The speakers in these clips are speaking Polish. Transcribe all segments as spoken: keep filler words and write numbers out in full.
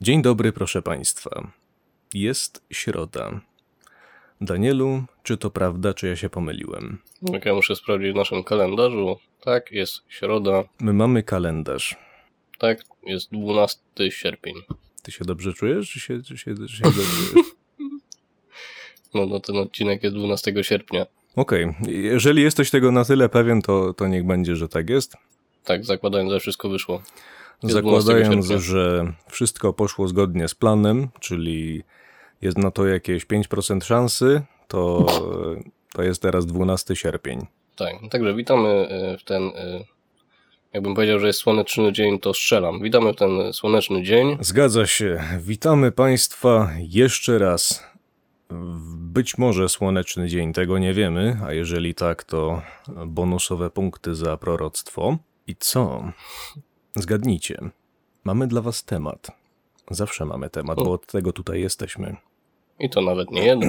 Dzień dobry, proszę Państwa. Jest środa. Danielu, czy to prawda, czy ja się pomyliłem? Jak ja muszę sprawdzić w naszym kalendarzu. Tak, jest środa. My mamy kalendarz. Tak, jest dwunastego sierpnia. Ty się dobrze czujesz, czy się, czy się, czy się dobrze czujesz? No, no ten odcinek jest dwunastego sierpnia. Okej, okay. Jeżeli jesteś tego na tyle pewien, to, to niech będzie, że tak jest. Tak, zakładając, że wszystko wyszło. Jest Zakładając, że wszystko poszło zgodnie z planem, czyli jest na to jakieś pięć procent szansy, to, to jest teraz dwunastego sierpnia. Tak, także witamy w ten, jakbym powiedział, że jest słoneczny dzień, to strzelam. Witamy w ten słoneczny dzień. Zgadza się. Witamy Państwa jeszcze raz. Być może słoneczny dzień, tego nie wiemy, a jeżeli tak, to bonusowe punkty za proroctwo. I co? Zgadnijcie. Mamy dla was temat. Zawsze mamy temat, bo od tego tutaj jesteśmy. I to nawet nie jeden.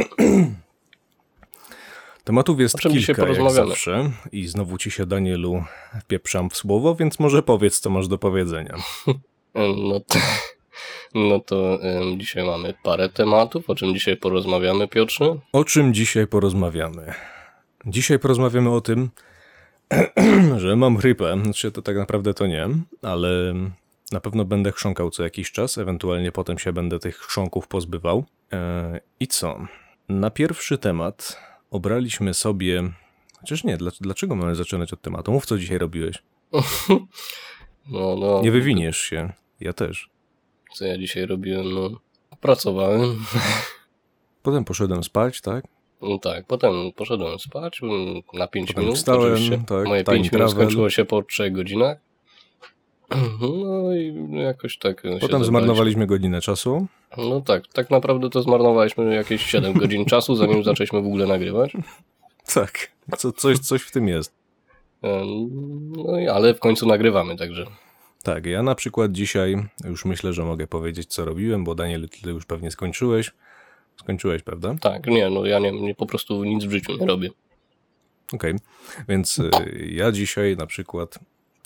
Tematów jest kilka, jak zawsze. I znowu ci się, Danielu, wpieprzam w słowo, więc może powiedz, co masz do powiedzenia. No to, no to um, dzisiaj mamy parę tematów. O czym dzisiaj porozmawiamy, Piotrze? O czym dzisiaj porozmawiamy? Dzisiaj porozmawiamy o tym, że mam chrypę. Znaczy, to tak naprawdę to nie, ale na pewno będę chrząkał co jakiś czas, ewentualnie potem się będę tych chrząków pozbywał. Eee, I co? Na pierwszy temat obraliśmy sobie... Chociaż nie, dlaczego mamy zaczynać od tematu? Mów, co dzisiaj robiłeś. No, no. Nie wywiniesz się. Ja też. Co ja dzisiaj robiłem? No, pracowałem. Potem poszedłem spać, tak? No tak, potem poszedłem spać na pięć potem minut. Wstałem, oczywiście. tak, Moje pięć minut skończyło się po trzech godzinach. No i jakoś tak. Potem zmarnowaliśmy godzinę czasu. No tak, tak naprawdę to zmarnowaliśmy jakieś siedem godzin czasu, zanim zaczęliśmy w ogóle nagrywać. Tak, co, coś, coś w tym jest. No i ale w końcu nagrywamy, także. Tak, ja na przykład dzisiaj już myślę, że mogę powiedzieć, co robiłem, bo Daniel, ty już pewnie skończyłeś. Skończyłeś, prawda? Tak, nie, no ja nie, nie po prostu nic w życiu nie robię. Okej, okay. Więc y, ja dzisiaj na przykład,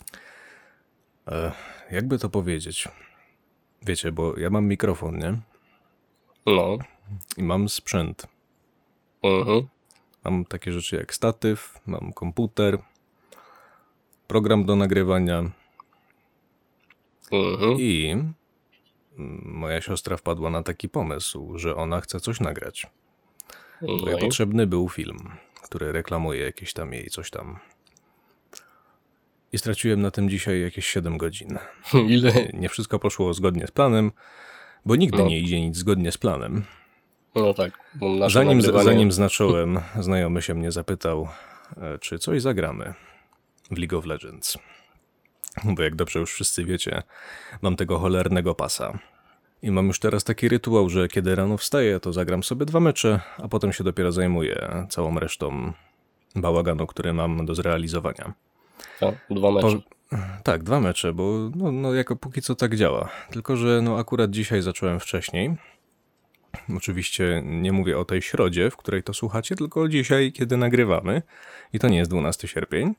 e, jakby to powiedzieć, wiecie, bo ja mam mikrofon, nie? No. I mam sprzęt. Mhm. Mam takie rzeczy jak statyw, mam komputer, program do nagrywania mhm. i moja siostra wpadła na taki pomysł, że ona chce coś nagrać. No To jej potrzebny był film, który reklamuje jakieś tam jej coś tam. I straciłem na tym dzisiaj jakieś siedem godzin. Ile? Nie wszystko poszło zgodnie z planem, bo nigdy no. nie idzie nic zgodnie z planem. No tak. Zanim, nagrywanie... zanim zacząłem, znajomy się mnie zapytał, czy coś zagramy w League of Legends. Bo jak dobrze już wszyscy wiecie, mam tego cholernego pasa. I mam już teraz taki rytuał, że kiedy rano wstaję, to zagram sobie dwa mecze, a potem się dopiero zajmuję całą resztą bałaganu, który mam do zrealizowania. Tak, dwa mecze. Po... Tak, dwa mecze, bo no, no jako póki co tak działa. Tylko że no akurat dzisiaj zacząłem wcześniej. Oczywiście nie mówię o tej środzie, w której to słuchacie, tylko dzisiaj, kiedy nagrywamy. I to nie jest dwunastego sierpnia.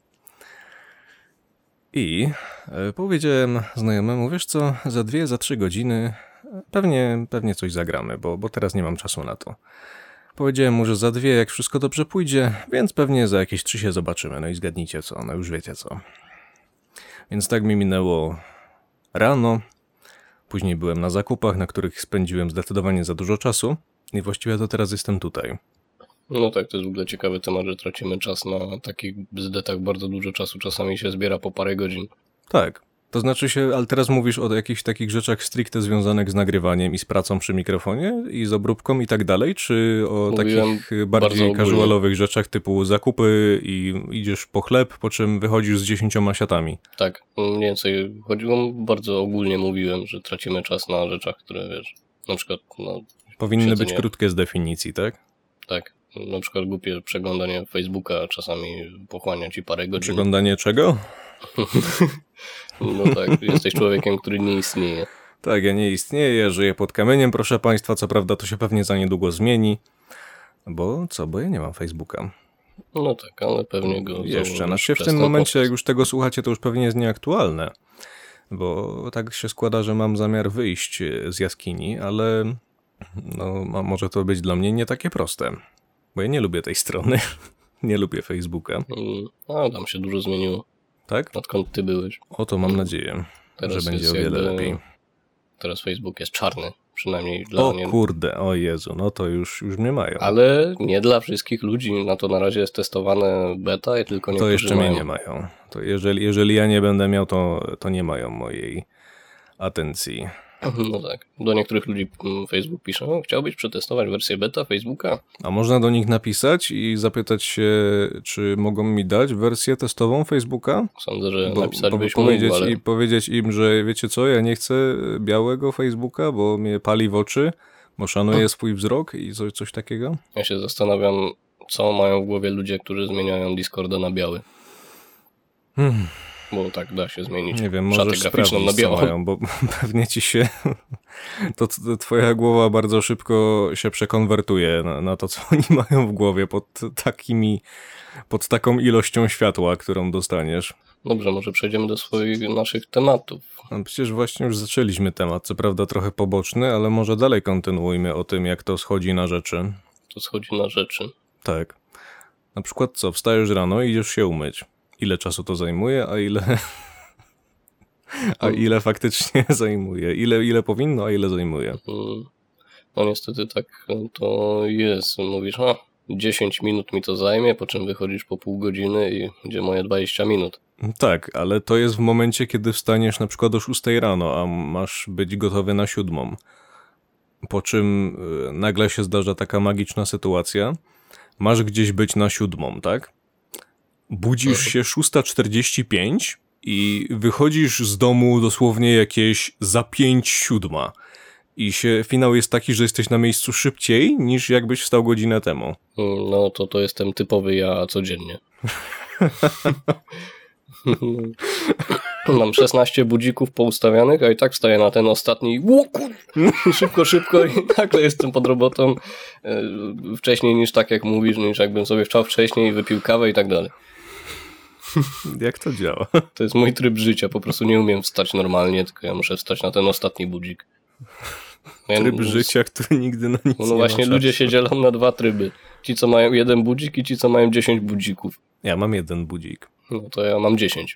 I e, powiedziałem znajomemu, wiesz co, za dwie, za trzy godziny pewnie, pewnie coś zagramy, bo, bo teraz nie mam czasu na to. Powiedziałem mu, że za dwie, jak wszystko dobrze pójdzie, więc pewnie za jakieś trzy się zobaczymy. No i zgadnijcie co, no już wiecie co. Więc tak mi minęło rano. Później byłem na zakupach, na których spędziłem zdecydowanie za dużo czasu i właściwie to teraz jestem tutaj. No tak, to jest w ogóle ciekawy temat, że tracimy czas na takich bzdetach, bardzo dużo czasu czasami się zbiera po parę godzin. Tak, to znaczy się, ale teraz mówisz o jakichś takich rzeczach stricte związanych z nagrywaniem i z pracą przy mikrofonie i z obróbką i tak dalej, czy o Mówiłem takich bardziej casualowych rzeczach typu zakupy i idziesz po chleb, po czym wychodzisz z dziesięcioma siatami? Tak, mniej więcej chodziło, bardzo ogólnie mówiłem, że tracimy czas na rzeczach, które wiesz, na przykład no, powinny siedzenie... być krótkie z definicji, tak? Tak. Na przykład głupie przeglądanie Facebooka czasami pochłania ci parę godzin. Przeglądanie czego? No tak, jesteś człowiekiem, który nie istnieje. Tak, ja nie istnieję, żyję pod kamieniem, proszę państwa, co prawda to się pewnie za niedługo zmieni. Bo co, bo ja nie mam Facebooka. No tak, ale pewnie go... Jeszcze, znaczy w tym momencie, jak już tego słuchacie, to już pewnie jest nieaktualne. bo tak się składa, że mam zamiar wyjść z jaskini, ale no, a może to być dla mnie nie takie proste, bo ja nie lubię tej strony, nie lubię Facebooka. Mm, A, tam się dużo zmieniło, Tak? odkąd ty byłeś. O to mam nadzieję, Teraz że będzie jest o wiele jakby- lepiej. Teraz Facebook jest czarny, przynajmniej dla O mnie. kurde, o Jezu, no to już, już mnie mają. Ale nie dla wszystkich ludzi. Na to na razie jest testowane beta i tylko To niektórzy jeszcze mają. mnie nie mają. To jeżeli, jeżeli ja nie będę miał, to, to nie mają mojej atencji. No tak. Do niektórych ludzi mm, Facebook pisze, o, chciałbyś przetestować wersję beta Facebooka? A można do nich napisać i zapytać się, czy mogą mi dać wersję testową Facebooka? Sądzę, że Bo, napisać bo byś powiedzieć, mógł, ale i powiedzieć im, że wiecie co, ja nie chcę białego Facebooka, bo mnie pali w oczy, bo szanuję swój wzrok i coś, coś takiego. ja się zastanawiam, co mają w głowie ludzie, którzy zmieniają Discorda na biały. Hmm. Bo tak da się zmienić Nie wiem, szatę możesz graficzną na sprawdzić, co biało. mają, bo pewnie ci się, to, to twoja głowa bardzo szybko się przekonwertuje na, na to, co oni mają w głowie pod takimi, pod taką ilością światła, którą dostaniesz. Dobrze, może przejdziemy do swoich naszych tematów. No przecież właśnie już zaczęliśmy temat, co prawda trochę poboczny, ale może dalej kontynuujmy o tym, jak to schodzi na rzeczy. To schodzi na rzeczy. Tak. Na przykład co, wstajesz rano i idziesz się umyć. Ile czasu to zajmuje, a ile... a ile faktycznie zajmuje? Ile, ile powinno, a ile zajmuje? Mm. No niestety tak to jest. Mówisz, a dziesięć minut mi to zajmie, po czym wychodzisz po pół godziny i będzie moje dwadzieścia minut. Tak, ale to jest w momencie, kiedy wstaniesz na przykład o szóstej rano, a masz być gotowy na siódmą. Po czym y, nagle się zdarza taka magiczna sytuacja. Masz gdzieś być na siódmą, tak? Budzisz się szósta czterdzieści pięć i wychodzisz z domu dosłownie jakieś za pięć siódma. I się, finał jest taki, że jesteś na miejscu szybciej, niż jakbyś wstał godzinę temu. Mm, No to to jestem typowy ja codziennie. Mam szesnaście budzików poustawianych, a i tak wstaję na ten ostatni. Ło, kur... Szybko, szybko i nagle jestem pod robotą e, wcześniej niż tak jak mówisz, niż jakbym sobie wstał wcześniej, wypił kawę i tak dalej. Jak to działa? To jest mój tryb życia, po prostu nie umiem wstać normalnie, tylko ja muszę wstać na ten ostatni budzik. Ja- Tryb życia, który nigdy na nic No nie właśnie ma ludzie czasu. się dzielą na dwa tryby. Ci, co mają jeden budzik i ci, co mają dziesięć budzików. Ja mam jeden budzik. No to ja mam dziesięć.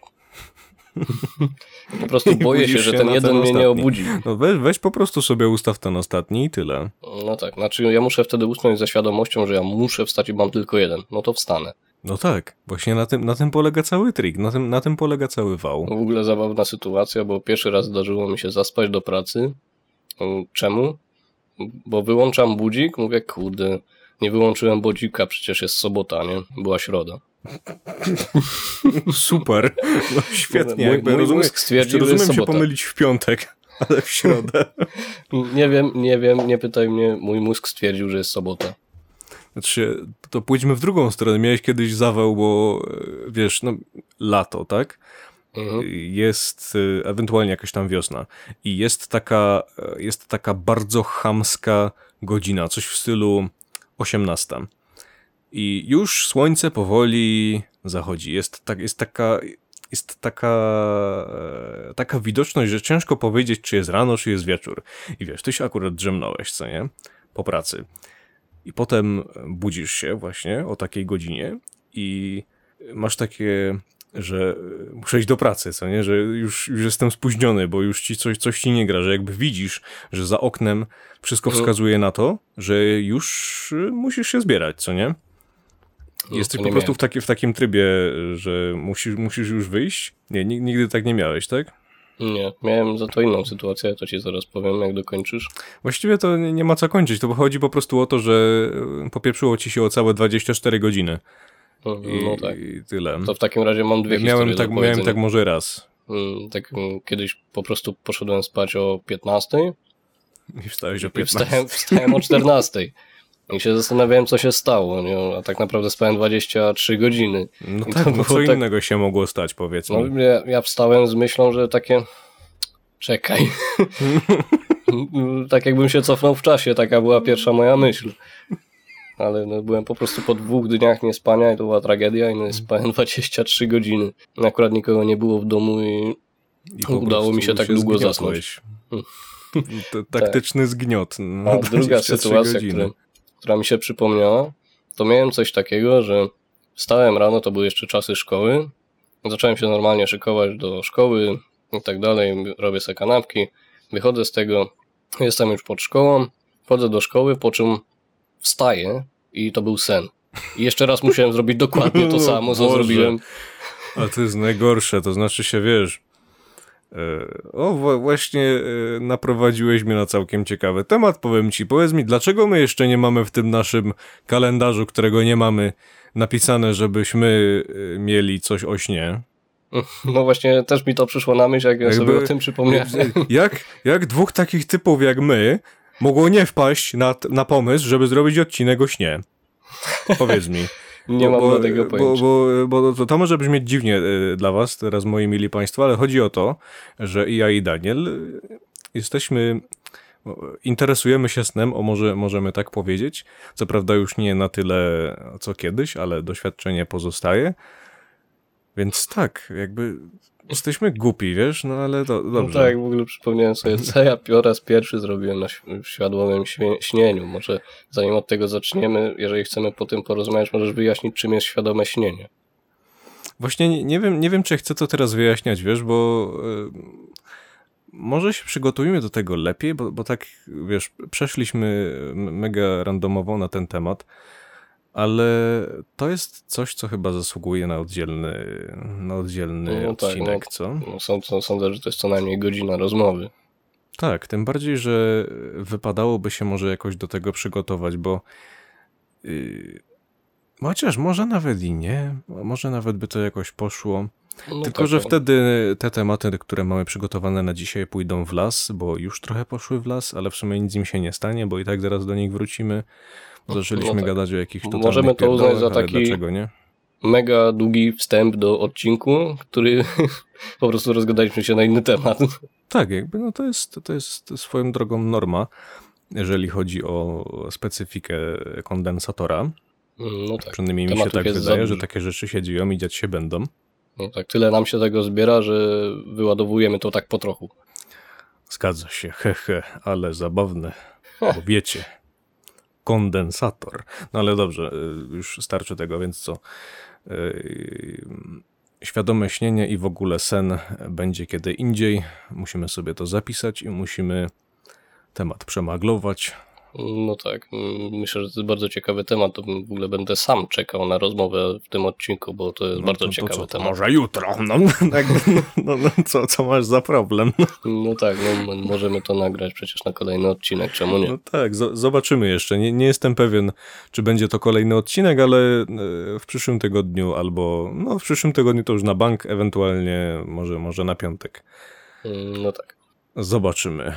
Po prostu I boję się, budzisz że się ten na jeden ten mnie nie ostatni. obudzi. No weź, weź po prostu sobie ustaw ten ostatni i tyle. No tak, znaczy ja muszę wtedy usnąć ze świadomością, że ja muszę wstać i mam tylko jeden. No to wstanę. No tak, właśnie na tym, na tym polega cały trik, na tym, na tym polega cały wał. W ogóle zabawna sytuacja, bo pierwszy raz zdarzyło mi się zaspać do pracy. Czemu? Bo wyłączam budzik, mówię, kurde, nie wyłączyłem budzika, przecież jest sobota, nie? Była środa. Super, no świetnie, Mój- jakby mój rozumiem, mózg stwierdził, rozumiem że jest się sobota. pomylić w piątek, ale w środę. Nie wiem, nie wiem, nie pytaj mnie, mój mózg stwierdził, że jest sobota. Znaczy, to pójdźmy w drugą stronę. Miałeś kiedyś zawał, bo e, wiesz, no lato, tak? Mhm. Jest e, ewentualnie jakaś tam wiosna i jest taka, e, jest taka bardzo chamska godzina, coś w stylu osiemnasta. I już słońce powoli zachodzi. Jest, tak, jest taka, jest taka, e, taka widoczność, że ciężko powiedzieć, czy jest rano, czy jest wieczór. I wiesz, ty się akurat drzemnąłeś, co nie? Po pracy. I potem budzisz się właśnie o takiej godzinie i masz takie, że muszę iść do pracy, co nie? Że już, już jestem spóźniony, bo już ci coś, coś ci nie gra, że jakby widzisz, że za oknem wszystko Mhm. wskazuje na to, że już y, musisz się zbierać, co nie? No, Jesteś to po nie prostu miałem. w, taki, w takim trybie, że musisz, musisz już wyjść? Nie, nig- nigdy tak nie miałeś, tak? Nie, miałem za to inną sytuację, to ci zaraz powiem, jak dokończysz. Właściwie to nie, nie ma co kończyć, to chodzi po prostu o to, że y, popieprzyło ci się o całe dwadzieścia cztery godziny. No, I, no tak. i tyle. To w takim razie mam dwie miałem historie tak, do miałem powiedzenia. tak może raz. Mm, Tak mm, kiedyś po prostu poszedłem spać o piętnastej I wstałeś o i piętnastej. wstałem, wstałem o czternastej. I się zastanawiałem, co się stało, nie? A tak naprawdę spałem dwadzieścia trzy godziny. No I tak, to no co było tak- innego się mogło stać, powiedz No, mi. ja, ja wstałem z myślą, że takie... Czekaj. Tak jakbym się cofnął w czasie, taka była pierwsza moja myśl. Ale no, byłem po prostu po dwóch dniach niespania i to była tragedia i no, spałem dwadzieścia trzy godziny. Akurat nikogo nie było w domu i I po Udało prostu mi się tak długo zgniotłeś. To taktyczny zgniot. No, A druga dwadzieścia trzy sytuacja, godziny. która, która mi się przypomniała, to miałem coś takiego, że wstałem rano, to były jeszcze czasy szkoły, zacząłem się normalnie szykować do szkoły i tak dalej, robię sobie kanapki, wychodzę z tego, jestem już pod szkołą, wchodzę do szkoły, po czym wstaję i to był sen. I jeszcze raz musiałem zrobić dokładnie to samo, co Boże. zrobiłem. A to jest najgorsze, to znaczy się, wiesz, e, o wa- właśnie e, naprowadziłeś mnie na całkiem ciekawy temat, powiem ci, powiedz mi, dlaczego my jeszcze nie mamy w tym naszym kalendarzu, którego nie mamy, napisane, żebyśmy e, mieli coś o śnie? No właśnie, też mi to przyszło na myśl, jak ja Jakby- sobie o tym przypomniałem. Jak, jak dwóch takich typów jak my mogło nie wpaść na, na pomysł, żeby zrobić odcinek o śnie? Powiedz mi. Nie mam bo, na tego bo, pojęcia. bo, bo to, to może brzmieć dziwnie y, dla was, teraz moi mili państwo, ale chodzi o to, że i ja i Daniel y, jesteśmy, o, interesujemy się snem, o może możemy tak powiedzieć. Co prawda już nie na tyle co kiedyś, ale doświadczenie pozostaje. Więc tak, jakby jesteśmy głupi, wiesz, no ale to No dobrze. tak, w ogóle przypomniałem sobie, co ja po raz pierwszy zrobiłem na świ- świadomym świe- śnieniu. Może zanim od tego zaczniemy, jeżeli chcemy po tym porozmawiać, możesz wyjaśnić, czym jest świadome śnienie. Właśnie nie, nie wiem, nie wiem, czy chcę to teraz wyjaśniać, wiesz, bo y, może się przygotujmy do tego lepiej, bo, bo tak, wiesz, przeszliśmy m- mega randomowo na ten temat, ale to jest coś, co chyba zasługuje na oddzielny, na oddzielny No tak, odcinek, no. co? No, sądzę, sądzę, że to jest co najmniej godzina rozmowy. Tak, tym bardziej, że wypadałoby się może jakoś do tego przygotować, bo yy, chociaż może nawet i nie, może nawet by to jakoś poszło. No Tylko, tak, że no. wtedy te tematy, które mamy przygotowane na dzisiaj, pójdą w las, bo już trochę poszły w las, ale w sumie nic im się nie stanie, bo i tak zaraz do nich wrócimy. Zaczęliśmy No tak. gadać o jakichś totalnych Możemy to uznać pierdołach, za ale taki- dlaczego nie? Mega długi wstęp do odcinku, który po prostu rozgadaliśmy się na inny temat. Tak, jakby no to jest, to jest swoją drogą norma, jeżeli chodzi o specyfikę kondensatora. No tak. Przynajmniej mi się tematów tak jest za wydaje, że dużo. takie rzeczy się dzieją i dziać się będą. No tak, tyle nam się tego zbiera, że wyładowujemy to tak po trochu. Zgadza się, he, he, ale zabawne, bo wiecie, kondensator. No ale dobrze, y, już starczy tego, więc co? Y, Świadome śnienie i w ogóle sen będzie kiedy indziej. Musimy sobie to zapisać i musimy temat przemaglować. No tak, mm, myślę, że to jest bardzo ciekawy temat, to w ogóle będę sam czekał na rozmowę w tym odcinku, bo to jest No bardzo to, to ciekawy co, to temat. może jutro. No, tak, no, no co, co masz za problem? No tak, no, m- możemy to nagrać przecież na kolejny odcinek, czemu nie? No tak, z- zobaczymy jeszcze. Nie, nie jestem pewien, czy będzie to kolejny odcinek, ale e, w przyszłym tygodniu albo, no w przyszłym tygodniu to już na bank, ewentualnie może, może na piątek. Mm, No tak. Zobaczymy.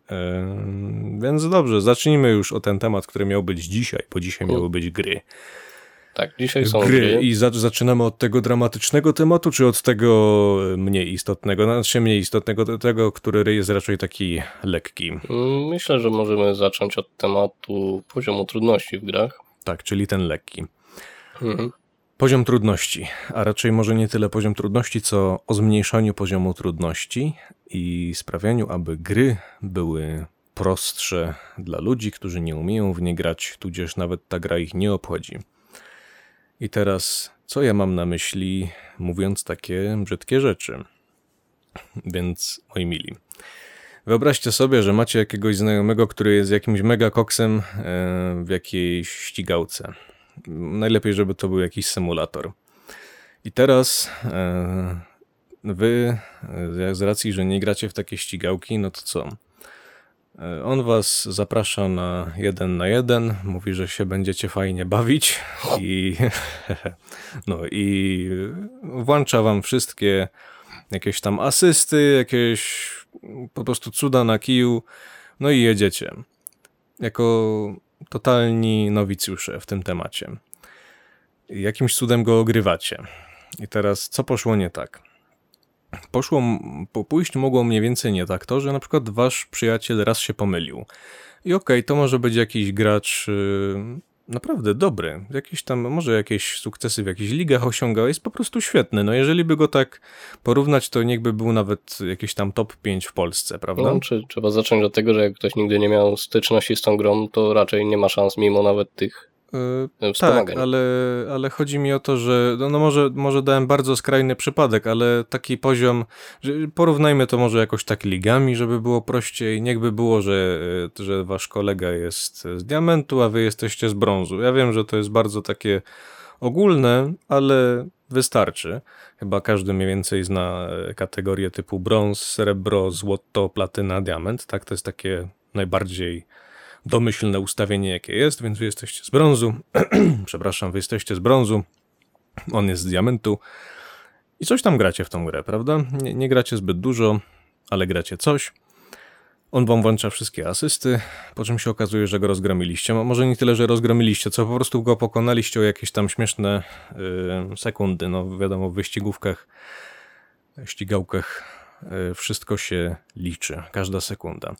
Em, więc dobrze, zacznijmy już o ten temat, który miał być dzisiaj, bo dzisiaj miały być gry. Tak, dzisiaj są Gry. gry. I za- zaczynamy od tego dramatycznego tematu, czy od tego mniej istotnego? Znaczy mniej istotnego, do tego, który jest raczej taki lekki. Mm, Myślę, że możemy zacząć od tematu poziomu trudności w grach. Tak, czyli ten lekki. Mhm. Poziom trudności, a raczej może nie tyle poziom trudności, co o zmniejszaniu poziomu trudności i sprawianiu, aby gry były prostsze dla ludzi, którzy nie umieją w nie grać, tudzież nawet ta gra ich nie obchodzi. I teraz, co ja mam na myśli, mówiąc takie brzydkie rzeczy? Więc, moi mili, wyobraźcie sobie, że macie jakiegoś znajomego, który jest jakimś mega koksem e, w jakiejś ścigałce. Najlepiej, żeby to był jakiś symulator. I teraz e, wy, e, z racji, że nie gracie w takie ścigałki, no to co? E, On was zaprasza na jeden na jeden, mówi, że się będziecie fajnie bawić i no i włącza wam wszystkie jakieś tam asysty, jakieś po prostu cuda na kiju, no i jedziecie. Jako totalni nowicjusze w tym temacie. Jakimś cudem go ogrywacie. I teraz, co poszło nie tak? Poszło, m- po- pójść mogło mniej więcej nie tak to, że na przykład wasz przyjaciel raz się pomylił. I okej, to może być jakiś gracz y, naprawdę dobry. Jakieś tam, może jakieś sukcesy w jakichś ligach osiągał, jest po prostu świetny. No jeżeli by go tak porównać, to niechby był nawet jakiś tam top pięć w Polsce, prawda? No, czy, trzeba zacząć od tego, że jak ktoś nigdy nie miał styczności z tą grą, to raczej nie ma szans mimo nawet tych Yy, wspomagań. tak, ale, ale chodzi mi o to, że no, no może, może dałem bardzo skrajny przypadek, ale taki poziom, że porównajmy to może jakoś tak ligami, żeby było prościej. Niechby było, że, że wasz kolega jest z diamentu, a wy jesteście z brązu. Ja wiem, że to jest bardzo takie ogólne, ale wystarczy. Chyba każdy mniej więcej zna kategorie typu brąz, srebro, złoto, platyna, diament. Tak, to jest takie najbardziej domyślne ustawienie, jakie jest, więc wy jesteście z brązu. Przepraszam, wy jesteście z brązu. On jest z diamentu. I coś tam gracie w tą grę, prawda? Nie, nie gracie zbyt dużo, ale gracie coś. On wam włącza wszystkie asysty, po czym się okazuje, że go rozgromiliście. Może nie tyle, że rozgromiliście, co po prostu go pokonaliście o jakieś tam śmieszne yy, sekundy. No wiadomo, w wyścigówkach, ścigałkach yy, wszystko się liczy, każda sekunda.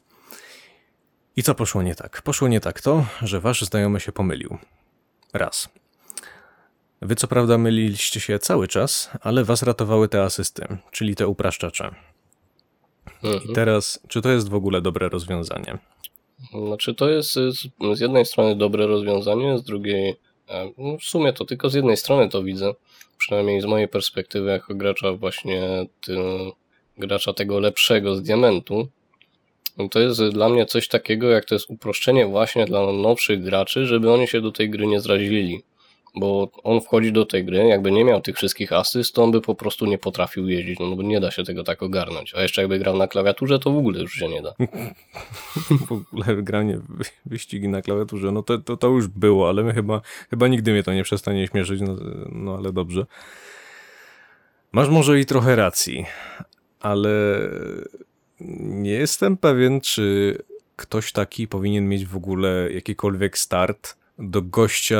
I co poszło nie tak? Poszło nie tak to, że wasz znajomy się pomylił. Raz. Wy co prawda myliliście się cały czas, ale was ratowały te asysty, czyli te upraszczacze. Mhm. I teraz, czy to jest w ogóle dobre rozwiązanie? Znaczy to jest z, z jednej strony dobre rozwiązanie, z drugiej no w sumie to tylko z jednej strony to widzę, przynajmniej z mojej perspektywy jako gracza właśnie ty, gracza tego lepszego z diamentu. To jest dla mnie coś takiego, jak to jest uproszczenie właśnie dla nowszych graczy, żeby oni się do tej gry nie zrazili. Bo on wchodzi do tej gry, jakby nie miał tych wszystkich asyst, to on by po prostu nie potrafił jeździć, no bo nie da się tego tak ogarnąć. A jeszcze jakby grał na klawiaturze, to w ogóle już się nie da. W ogóle granie w wyścigi na klawiaturze, no to, to, to już było, ale my chyba, chyba nigdy mnie to nie przestanie śmieszyć, no, no ale dobrze. Masz może i trochę racji, ale nie jestem pewien, czy ktoś taki powinien mieć w ogóle jakikolwiek start do gościa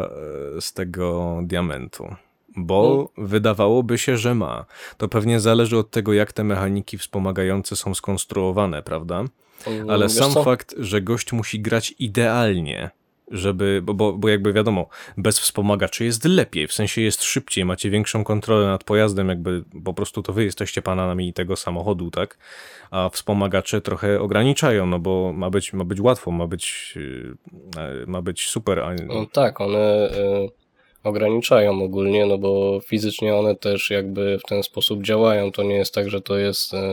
z tego diamentu. Bo no. Wydawałoby się, że ma. To pewnie zależy od tego, jak te mechaniki wspomagające są skonstruowane, prawda? Ale sam co? fakt, że gość musi grać idealnie, żeby, bo, bo, bo jakby wiadomo, bez wspomagaczy jest lepiej, w sensie jest szybciej, macie większą kontrolę nad pojazdem, jakby po prostu to wy jesteście panami tego samochodu, tak? A wspomagacze trochę ograniczają, no bo ma być, ma być łatwo, ma być, ma być super. A... No tak, one y, ograniczają ogólnie, no bo fizycznie one też jakby w ten sposób działają, to nie jest tak, że to jest y,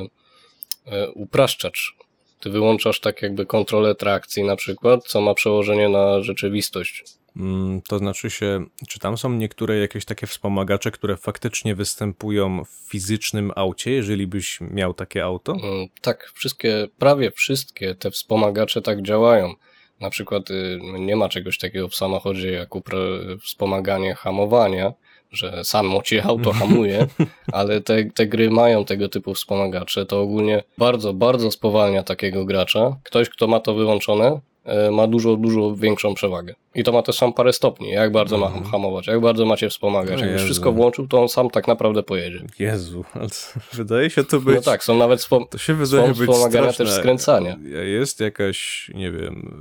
y, upraszczacz. Ty wyłączasz tak jakby kontrolę trakcji na przykład, co ma przełożenie na rzeczywistość. Mm, to znaczy się, czy tam są niektóre jakieś takie wspomagacze, które faktycznie występują w fizycznym aucie, jeżeli byś miał takie auto? Mm, tak, wszystkie, prawie wszystkie te wspomagacze tak działają. Na przykład y, nie ma czegoś takiego w samochodzie jak upra- wspomaganie hamowania, że samo ci auto hamuje, ale te, te gry mają tego typu wspomagacze. To ogólnie bardzo, bardzo spowalnia takiego gracza. Ktoś, kto ma to wyłączone, ma dużo, dużo większą przewagę. I to ma też sam parę stopni, jak bardzo ma hamować, jak bardzo macie wspomagać. No Jakbyś wszystko włączył, to on sam tak naprawdę pojedzie. Jezu, ale wydaje się to być... No tak, są nawet spom- to się wydaje być wspomagania straszne. też skręcania. Jest jakaś, nie wiem,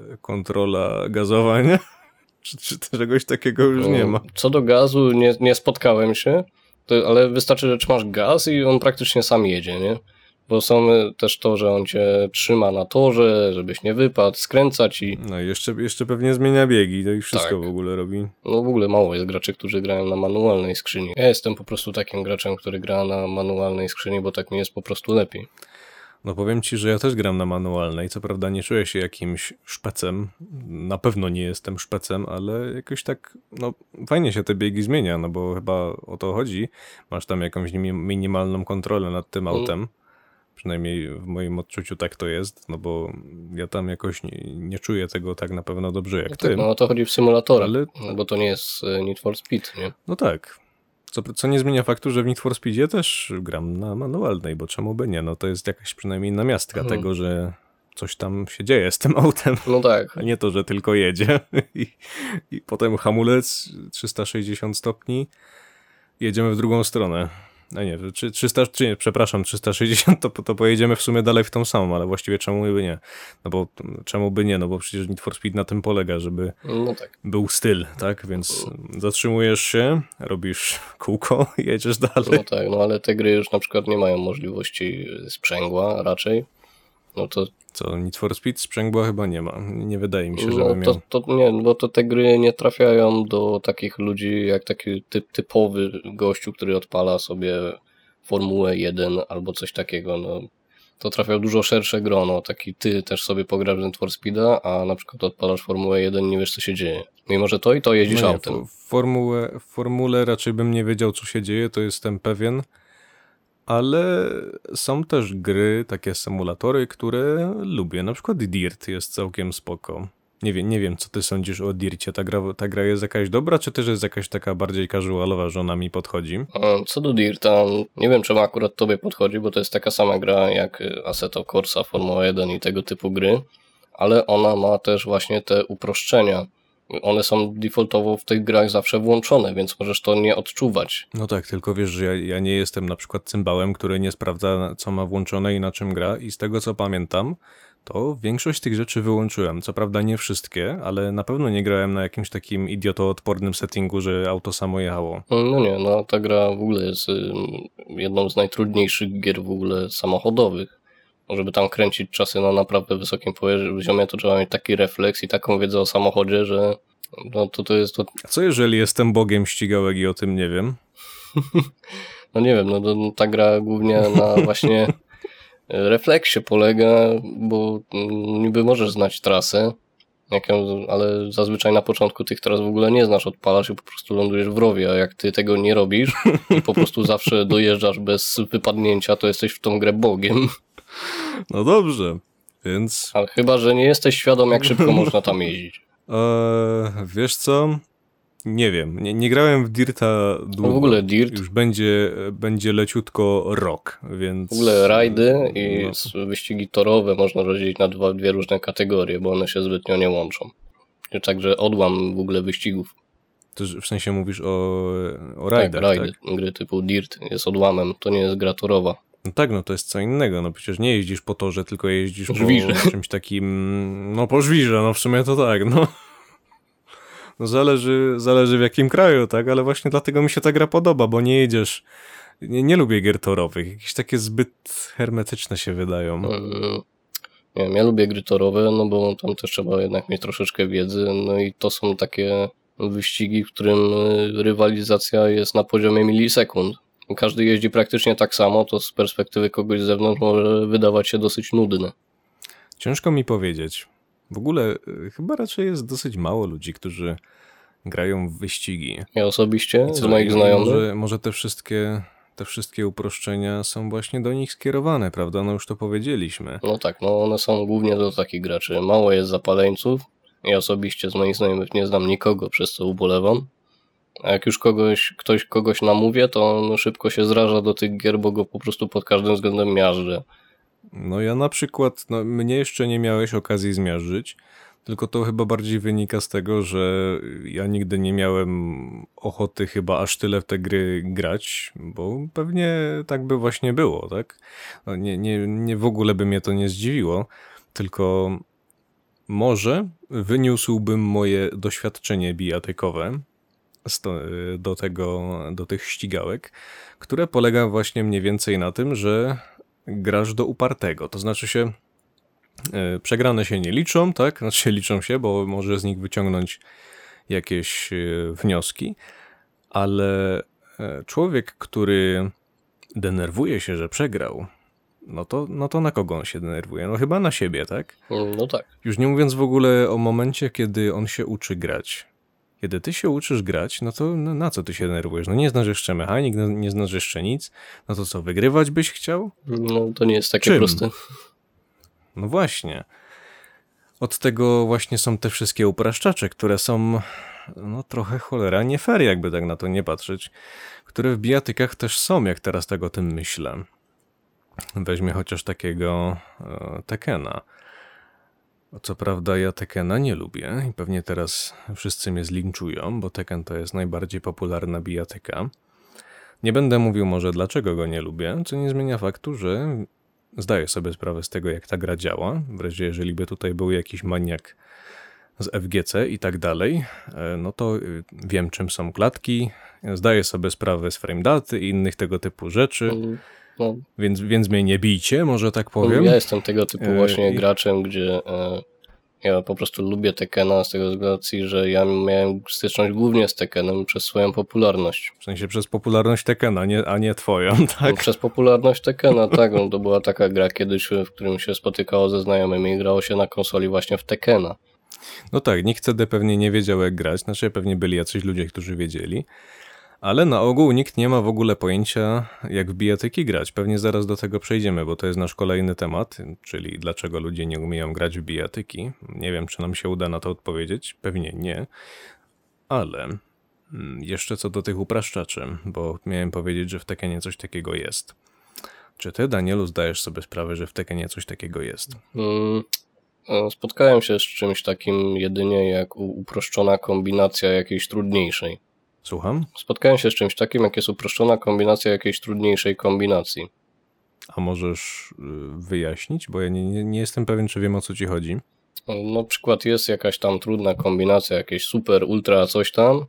kontrola gazowania? Czy, czy czegoś takiego już nie ma? Co do gazu nie, nie spotkałem się, to, ale wystarczy, że trzymasz gaz i on praktycznie sam jedzie, nie? Bo są też to, że on cię trzyma na torze, żebyś nie wypadł, skręcać i... No i jeszcze, jeszcze pewnie zmienia biegi, to i wszystko tak. w ogóle robi. No w ogóle mało jest graczy, którzy grają na manualnej skrzyni. Ja jestem po prostu takim graczem, który gra na manualnej skrzyni, bo tak mi jest po prostu lepiej. No powiem ci, że ja też gram na manualnej, co prawda nie czuję się jakimś szpecem, na pewno nie jestem szpecem, ale jakoś tak, no fajnie się te biegi zmienia, no bo chyba o to chodzi, masz tam jakąś minimalną kontrolę nad tym autem, mm. przynajmniej w moim odczuciu tak to jest, no bo ja tam jakoś nie, nie czuję tego tak na pewno dobrze jak no ty. Tak, no o to chodzi w symulatorach, ale... no, bo to nie jest Need for Speed, nie? No tak. Co, co nie zmienia faktu, że w Need for Speedzie też gram na manualnej, bo czemu by nie? No to jest jakaś przynajmniej namiastka hmm. tego, że coś tam się dzieje z tym autem. No tak. A nie to, że tylko jedzie i, i potem hamulec trzysta sześćdziesiąt stopni, jedziemy w drugą stronę. A nie, czy trzysta, czy nie, przepraszam, trzysta sześćdziesiąt, to, to pojedziemy w sumie dalej w tą samą, ale właściwie czemu by nie? No bo czemu by nie? No bo przecież Need for Speed na tym polega, żeby No tak. był styl, tak? Więc zatrzymujesz się, robisz kółko, jedziesz dalej. No tak, no ale te gry już na przykład nie mają możliwości sprzęgła raczej. No to Co, Need for Speed sprzęgła chyba nie ma. Nie wydaje mi się, żeby no miał. to, to nie, bo to te gry nie trafiają do takich ludzi jak taki typ, typowy gościu, który odpala sobie Formułę jeden albo coś takiego. No, to trafia w dużo szersze grono. Taki ty też sobie pograsz w Need for Speeda, a na przykład odpalasz Formułę jeden, nie wiesz co się dzieje. Mimo że to i to jeździsz No nie, autem. w, formułę, w formule raczej bym nie wiedział, co się dzieje, to jestem pewien. Ale są też gry, takie symulatory, które lubię. Na przykład Dirt jest całkiem spoko. Nie wiem, nie wiem co ty sądzisz o Dircie. Ta gra, ta gra jest jakaś dobra, czy też jest jakaś taka bardziej casualowa, że ona mi podchodzi? A co do Dirta, nie wiem czemu akurat tobie podchodzi, bo to jest taka sama gra jak Assetto Corsa, Formuła jeden i tego typu gry, ale ona ma też właśnie te uproszczenia. One są defaultowo w tych grach zawsze włączone, więc możesz to nie odczuwać. No tak, tylko wiesz, że ja, ja nie jestem na przykład cymbałem, który nie sprawdza, co ma włączone i na czym gra, i z tego co pamiętam, to większość tych rzeczy wyłączyłem. Co prawda nie wszystkie, ale na pewno nie grałem na jakimś takim idiotoodpornym settingu, że auto samo jechało. No nie, no ta gra w ogóle jest ym, jedną z najtrudniejszych gier w ogóle samochodowych. Żeby tam kręcić czasy na naprawdę wysokim poziomie, to trzeba mieć taki refleks i taką wiedzę o samochodzie, że no to to jest to... A co jeżeli jestem bogiem ścigałek i o tym nie wiem? No nie wiem, no to, ta gra głównie na właśnie refleksie polega, bo niby możesz znać trasę, jak ją, ale zazwyczaj na początku tych tras w ogóle nie znasz, odpalasz i po prostu lądujesz w rowie, a jak ty tego nie robisz i po prostu zawsze dojeżdżasz bez wypadnięcia, to jesteś w tą grę bogiem. No dobrze, więc... Ale chyba, że nie jesteś świadom, jak szybko można tam jeździć. Eee, wiesz co? Nie wiem, nie, nie grałem w Dirta długo. W ogóle Dirt, Już będzie, będzie leciutko rok, więc... w ogóle rajdy i No. wyścigi torowe można rozdzielić na dwa, dwie różne kategorie, bo one się zbytnio nie łączą. Także odłam w ogóle wyścigów. To w sensie mówisz o, o Tak, rajdach, tak? rajdy, gry typu Dirt jest odłamem, to nie jest gra torowa. No tak, no to jest co innego, no przecież nie jeździsz po torze, tylko jeździsz po Żwirze. czymś takim, no po żwirze, no w sumie to tak, no. No zależy, zależy w jakim kraju, tak, ale właśnie dlatego mi się ta gra podoba, bo nie jedziesz, nie, nie lubię gier torowych, jakieś takie zbyt hermetyczne się wydają. Mm, Nie wiem, ja lubię gry torowe, no bo tam też trzeba jednak mieć troszeczkę wiedzy, no i to są takie wyścigi, w którym y, rywalizacja jest na poziomie milisekund. Każdy jeździ praktycznie tak samo, to z perspektywy kogoś z zewnątrz może wydawać się dosyć nudne. Ciężko mi powiedzieć. W ogóle y, chyba raczej jest dosyć mało ludzi, którzy grają w wyścigi. Ja osobiście, I z co, moich i znajomych, Może, może te wszystkie, te wszystkie uproszczenia są właśnie do nich skierowane, prawda? No już to powiedzieliśmy. no tak, no one są głównie do takich graczy. Mało jest zapaleńców. Ja osobiście z moich znajomych nie znam nikogo, przez co ubolewam. A jak już kogoś, ktoś kogoś namówie, to on szybko się zraża do tych gier, bo go po prostu pod każdym względem miażdży. No ja na przykład, no mnie jeszcze nie miałeś okazji zmiażdżyć, tylko to chyba bardziej wynika z tego, że ja nigdy nie miałem ochoty chyba aż tyle w te gry grać, bo pewnie tak by właśnie było, tak? No nie, nie, nie w ogóle by mnie to nie zdziwiło, tylko może wyniósłbym moje doświadczenie bijatykowe sto- do tego, do tych ścigałek, które polega właśnie mniej więcej na tym, że grasz do upartego, to znaczy się e, przegrane się nie liczą, tak? Znaczy się liczą się, bo może z nich wyciągnąć jakieś e, wnioski, ale e, człowiek, który denerwuje się, że przegrał, no to, no to na kogo on się denerwuje? No chyba na siebie, tak? No tak. Już nie mówiąc w ogóle o momencie, kiedy on się uczy grać. Kiedy ty się uczysz grać, no to no, na co ty się denerwujesz? No nie znasz jeszcze mechanik, no, nie znasz jeszcze nic. No to co, wygrywać byś chciał? No to nie jest takie Czym? proste. No właśnie. Od tego właśnie są te wszystkie upraszczacze, które są no trochę cholera nie fair, jakby tak na to nie patrzeć, które w bijatykach też są, jak teraz tak o tym myślę. Weźmie chociaż takiego e, Tekena. Co prawda ja Tekena nie lubię i pewnie teraz wszyscy mnie zlinczują, bo Tekken to jest najbardziej popularna bijatyka. Nie będę mówił może dlaczego go nie lubię, co nie zmienia faktu, że zdaję sobie sprawę z tego, jak ta gra działa. Wreszcie jeżeli by tutaj był jakiś maniak z F G C i tak dalej, no to wiem, czym są klatki, zdaję sobie sprawę z frame daty i innych tego typu rzeczy, No, więc, więc mnie nie bijcie, może tak powiem. ja jestem tego typu właśnie I- graczem, gdzie e, ja po prostu lubię Tekena z tego względu, że ja miałem styczność głównie z Tekenem przez swoją popularność. W sensie przez popularność Tekena, nie, a nie twoją, tak? Przez popularność Tekena, tak, no to była taka gra kiedyś, w którym się spotykało ze znajomymi i grało się na konsoli właśnie w Tekena. No tak, nikt wtedy pewnie nie wiedział jak grać, znaczy pewnie byli jacyś ludzie, którzy wiedzieli, ale na ogół nikt nie ma w ogóle pojęcia jak w bijatyki grać. Pewnie zaraz do tego przejdziemy, bo to jest nasz kolejny temat, czyli dlaczego ludzie nie umieją grać w bijatyki. Nie wiem, czy nam się uda na to odpowiedzieć, pewnie nie, ale mm, jeszcze co do tych upraszczaczy, bo miałem powiedzieć, że w Tekenie coś takiego jest. Czy ty, Danielu, zdajesz sobie sprawę, że w Tekenie coś takiego jest? Mm, e, Spotkałem się z czymś takim jedynie jak u- uproszczona kombinacja jakiejś trudniejszej. Słucham? Spotkałem się z czymś takim, jak jest uproszczona kombinacja jakiejś trudniejszej kombinacji. A możesz y, wyjaśnić? Bo ja nie, nie, nie jestem pewien, czy wiem, o co ci chodzi. Na przykład jest jakaś tam trudna kombinacja, jakieś super, ultra, coś tam,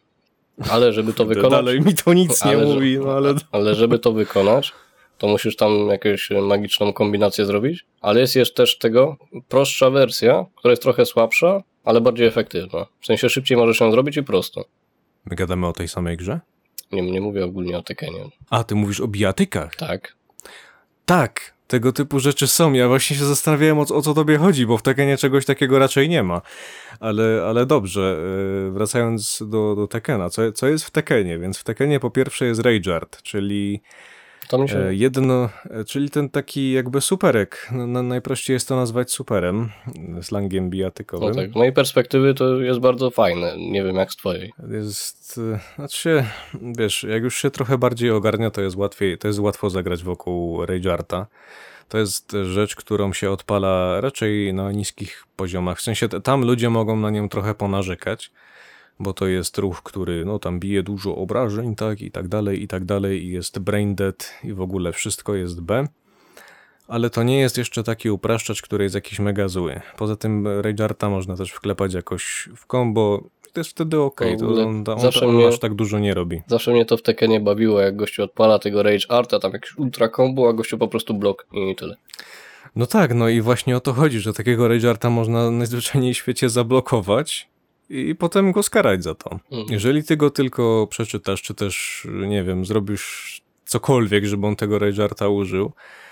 ale żeby to wykonać... Dalej mi to nic nie ale, że- mówi, no ale... ale żeby to wykonać, to musisz tam jakąś magiczną kombinację zrobić, ale jest jeszcze też tego prostsza wersja, która jest trochę słabsza, ale bardziej efektywna. W sensie szybciej możesz ją zrobić i prosto. My gadamy o tej samej grze? Nie, nie mówię ogólnie o Tekenie. A, ty mówisz o bijatykach. Tak. Tak, tego typu rzeczy są. Ja właśnie się zastanawiałem, o, o co tobie chodzi, bo w Tekenie czegoś takiego raczej nie ma. Ale, ale dobrze, yy, wracając do, do Tekena. Co, co jest w Tekenie? Więc w Tekenie po pierwsze jest Rageart, czyli To mi się... e, jedno, e, czyli ten taki jakby superek. No, no, najprościej jest to nazwać superem, slangiem bijatykowym. No tak, z mojej perspektywy to jest bardzo fajne. Nie wiem jak z twojej. Jest, y, znaczy, wiesz, jak już się trochę bardziej ogarnia, to jest łatwiej, to jest łatwo zagrać wokół Ragearta. To jest rzecz, którą się odpala raczej na niskich poziomach. W sensie t- tam ludzie mogą na nią trochę ponarzekać, bo to jest ruch, który no tam bije dużo obrażeń, tak, i tak dalej, i tak dalej, i jest brain dead i w ogóle wszystko jest B. Ale to nie jest jeszcze taki upraszczacz, który jest jakiś mega zły. Poza tym Ragearta można też wklepać jakoś w combo. To jest wtedy okej, W to ogóle on, on, zawsze on mnie- aż tak dużo nie robi. Zawsze mnie to w Tekenie bawiło, jak gościu odpala tego Rage Arta, tam jakiś ultra combo, a gościu po prostu blok i tyle. No tak, no i właśnie o to chodzi, że takiego Ragearta można najzwyczajniej w świecie zablokować i potem go skarać za to. Mhm. Jeżeli ty go tylko przeczytasz, czy też, nie wiem, zrobisz cokolwiek, żeby on tego Ragearta użył,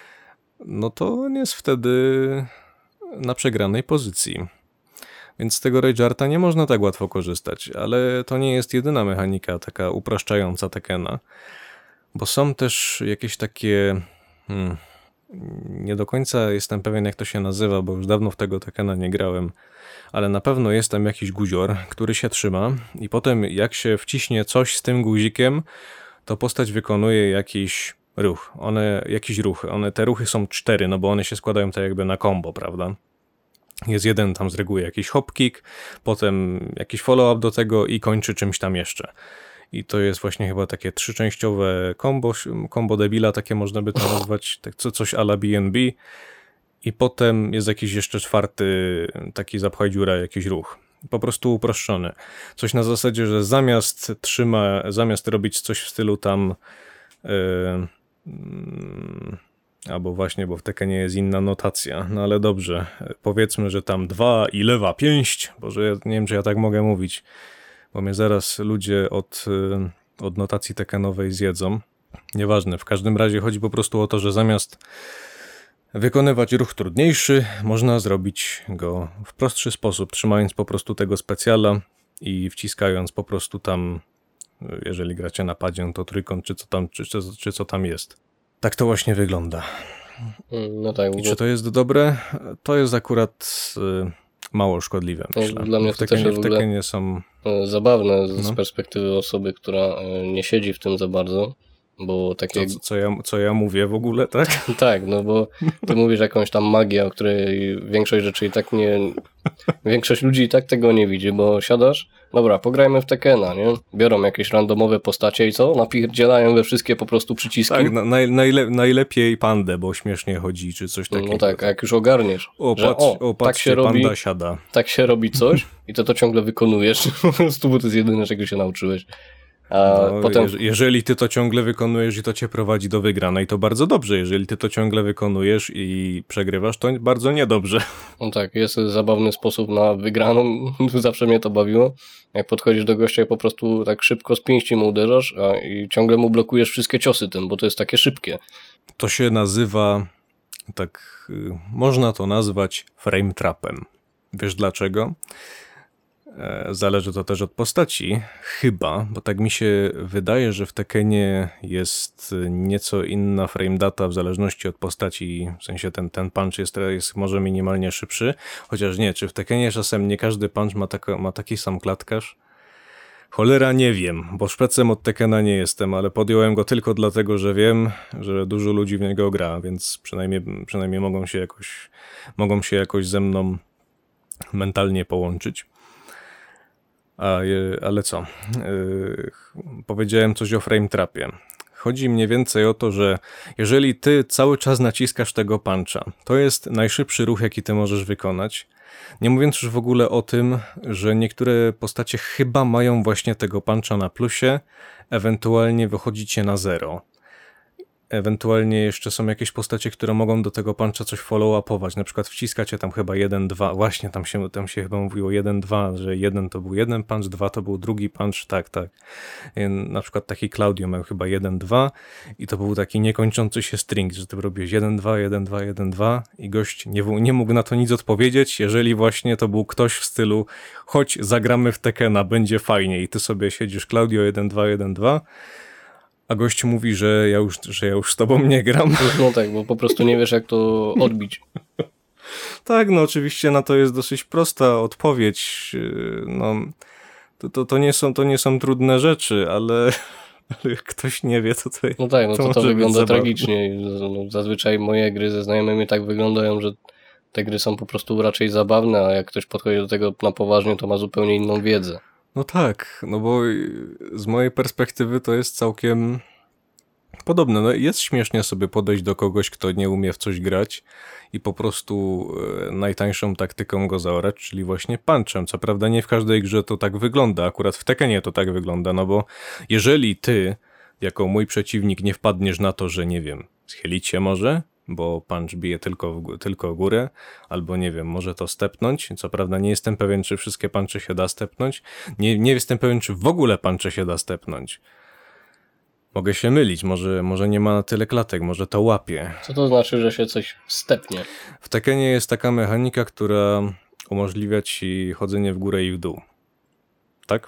no to on jest wtedy na przegranej pozycji. Więc z tego Ragearta nie można tak łatwo korzystać, ale to nie jest jedyna mechanika taka upraszczająca Tekena, bo są też jakieś takie... Hmm, nie do końca jestem pewien, jak to się nazywa, bo już dawno w tego Tekena nie grałem, ale na pewno jest tam jakiś guzior, który się trzyma i potem jak się wciśnie coś z tym guzikiem, to postać wykonuje jakiś ruch. One, jakiś ruch. One, te ruchy są cztery, no bo one się składają tak jakby na combo, prawda? Jest jeden tam z reguły jakiś hopkick, potem jakiś follow-up do tego i kończy czymś tam jeszcze. I to jest właśnie chyba takie trzyczęściowe combo, combo debila, takie można by to nazwać, tak co, coś a la B N B. I potem jest jakiś jeszcze czwarty, taki zapchaj dziura, jakiś ruch. Po prostu uproszczony. Coś na zasadzie, że zamiast trzyma, zamiast robić coś w stylu tam yy, yy, albo właśnie, bo w Tekenie jest inna notacja, no ale dobrze, powiedzmy, że tam dwa i lewa pięść, boże, ja nie wiem, czy ja tak mogę mówić, bo mnie zaraz ludzie od, yy, od notacji tekenowej zjedzą. Nieważne, w każdym razie chodzi po prostu o to, że zamiast wykonywać ruch trudniejszy, można zrobić go w prostszy sposób, trzymając po prostu tego specjala i wciskając po prostu tam, jeżeli gracie na padzie, to trójkąt, czy co tam, czy, czy, czy co tam jest. Tak to właśnie wygląda. No tak, I czy to jest dobre? To jest akurat y, mało szkodliwe, No, myślę. dla mnie w to też Tekenie, jest w w ogóle- Tekenie są... zabawne z, z No. perspektywy osoby, która e, nie siedzi w tym za bardzo, bo takie... Co, co, ja, co ja mówię w ogóle, tak? Tak, no bo ty mówisz jakąś tam magię, o której większość rzeczy i tak nie... Większość ludzi i tak tego nie widzi, bo siadasz, Dobra, pograjmy w Tekena, nie? Biorą jakieś randomowe postacie i co? Napierdzielają we wszystkie po prostu przyciski? Tak, na, naj, najle, najlepiej pandę, bo śmiesznie chodzi, czy coś takiego. No tak, a jak już ogarniesz, O, że patrz, o, o, tak patrzcie, się robi, panda siada. tak się robi coś i ty to ciągle wykonujesz po prostu, bo to jest jedyne, czego się nauczyłeś. A No, potem... jeż- jeżeli ty to ciągle wykonujesz i to cię prowadzi do wygranej, to bardzo dobrze. Jeżeli ty to ciągle wykonujesz i przegrywasz, to bardzo niedobrze. No tak, jest zabawny sposób na wygraną, zawsze mnie to bawiło. Jak podchodzisz do gościa i po prostu tak szybko z pięści mu uderzasz a i ciągle mu blokujesz wszystkie ciosy tym, bo to jest takie szybkie. To się nazywa, tak y, można to nazwać frame trapem. Wiesz dlaczego? E, Zależy to też od postaci, chyba, bo tak mi się wydaje, że w Tekenie jest nieco inna frame data w zależności od postaci, w sensie ten, ten punch jest, jest może minimalnie szybszy, chociaż nie, czy w Tekenie czasem nie każdy punch ma, tako, ma taki sam klatkarz? Cholera nie wiem, bo szpecem od Tekena nie jestem, ale podjąłem go tylko dlatego, że wiem, że dużo ludzi w niego gra, więc przynajmniej, przynajmniej mogą się jakoś, mogą się jakoś ze mną mentalnie połączyć. A, je- ale co? Yy, powiedziałem coś o frame trapie. Chodzi mniej więcej o to, że jeżeli ty cały czas naciskasz tego puncha, to jest najszybszy ruch, jaki ty możesz wykonać. Nie mówiąc już w ogóle o tym, że niektóre postacie chyba mają właśnie tego puncha na plusie, ewentualnie wychodzicie na zero. Ewentualnie jeszcze są jakieś postacie, które mogą do tego puncha coś follow-upować. Na przykład wciskacie tam chyba jeden dwa. Właśnie tam się, tam się chyba mówiło jeden dwa, że jeden to był jeden punch, dwa to był drugi punch. Tak, tak. I na przykład taki Claudio miał chyba jeden dwa i to był taki niekończący się string, że ty robiłeś jeden dwa, jeden dwa, jeden dwa i gość nie, w- nie mógł na to nic odpowiedzieć, jeżeli właśnie to był ktoś w stylu chodź, zagramy w Tekena, będzie fajnie i ty sobie siedzisz Claudio jeden dwa, jeden dwa, a gość mówi, że ja już, że ja już z tobą nie gram. No tak, bo po prostu nie wiesz jak to odbić. Tak, no oczywiście na to jest dosyć prosta odpowiedź. Yy, No, to, to, to, nie są, to nie są trudne rzeczy, ale, ale jak ktoś nie wie, to to, No tak, no to to, może być wygląda zabawne. tragicznie. No, zazwyczaj moje gry ze znajomymi tak wyglądają, że te gry są po prostu raczej zabawne, a jak ktoś podchodzi do tego na poważnie, to ma zupełnie inną wiedzę. No tak, no bo yy, z mojej perspektywy to jest całkiem podobne. No jest śmiesznie sobie podejść do kogoś, kto nie umie w coś grać i po prostu e, najtańszą taktyką go zaorać, czyli właśnie punchem. Co prawda nie w każdej grze to tak wygląda, akurat w Tekenie to tak wygląda, no bo jeżeli ty, jako mój przeciwnik, nie wpadniesz na to, że nie wiem, schylić się może, bo punch bije tylko w, gó- tylko w górę, albo nie wiem, może to stepnąć. Co prawda nie jestem pewien, czy wszystkie punche się da stepnąć. Nie, nie jestem pewien, czy w ogóle punche się da stepnąć. Mogę się mylić, może, może nie ma na tyle klatek, może to łapie. Co to znaczy, że się coś stepnie? W Tekenie jest taka mechanika, która umożliwia ci chodzenie w górę i w dół. Tak?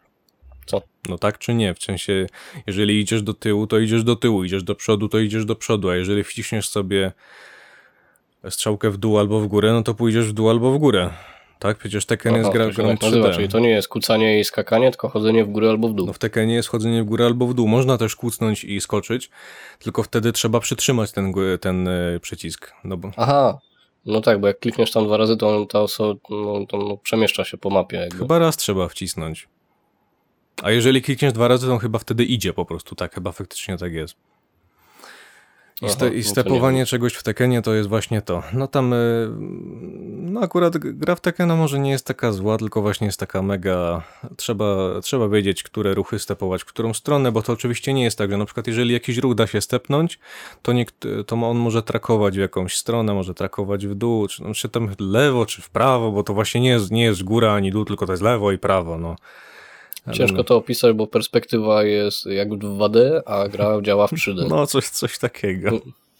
Co? No tak czy nie? W sensie, jeżeli idziesz do tyłu, to idziesz do tyłu, idziesz do przodu, to idziesz do przodu, a jeżeli wciśniesz sobie strzałkę w dół albo w górę, no to pójdziesz w dół alło w górę. Tak? Przecież Tekken jest Aha, gra, to się grą tak nazywa, trzy D. czyli to nie jest kucanie i skakanie, tylko chodzenie w górę albo w dół. No w Tekkenie jest chodzenie w górę albo w dół. Można też kucnąć i skoczyć, tylko wtedy trzeba przytrzymać ten, gó- ten e, przycisk. No bo Aha, no tak, bo jak klikniesz tam dwa razy, to on, ta osoba no, to, no, przemieszcza się po mapie. Jakby. chyba raz trzeba wcisnąć. A jeżeli klikniesz dwa razy, to on chyba wtedy idzie po prostu. Tak, chyba faktycznie tak jest. I, Aha, ste, no i to nie stepowanie wiem. czegoś w Tekkenie to jest właśnie to. No tam, y, no akurat g- gra w Tekkena może nie jest taka zła, tylko właśnie jest taka mega, trzeba, trzeba wiedzieć, które ruchy stepować, w którą stronę, bo to oczywiście nie jest tak, że na przykład jeżeli jakiś ruch da się stepnąć, to, nie, to on może trakować w jakąś stronę, może trakować w dół, czy, no, czy tam lewo, czy w prawo, bo to właśnie nie jest, nie jest góra ani dół, tylko to jest lewo i prawo, no. Ale- Ciężko to opisać, bo perspektywa jest jak w dwa D, a gra działa w trzy D. No coś, coś takiego.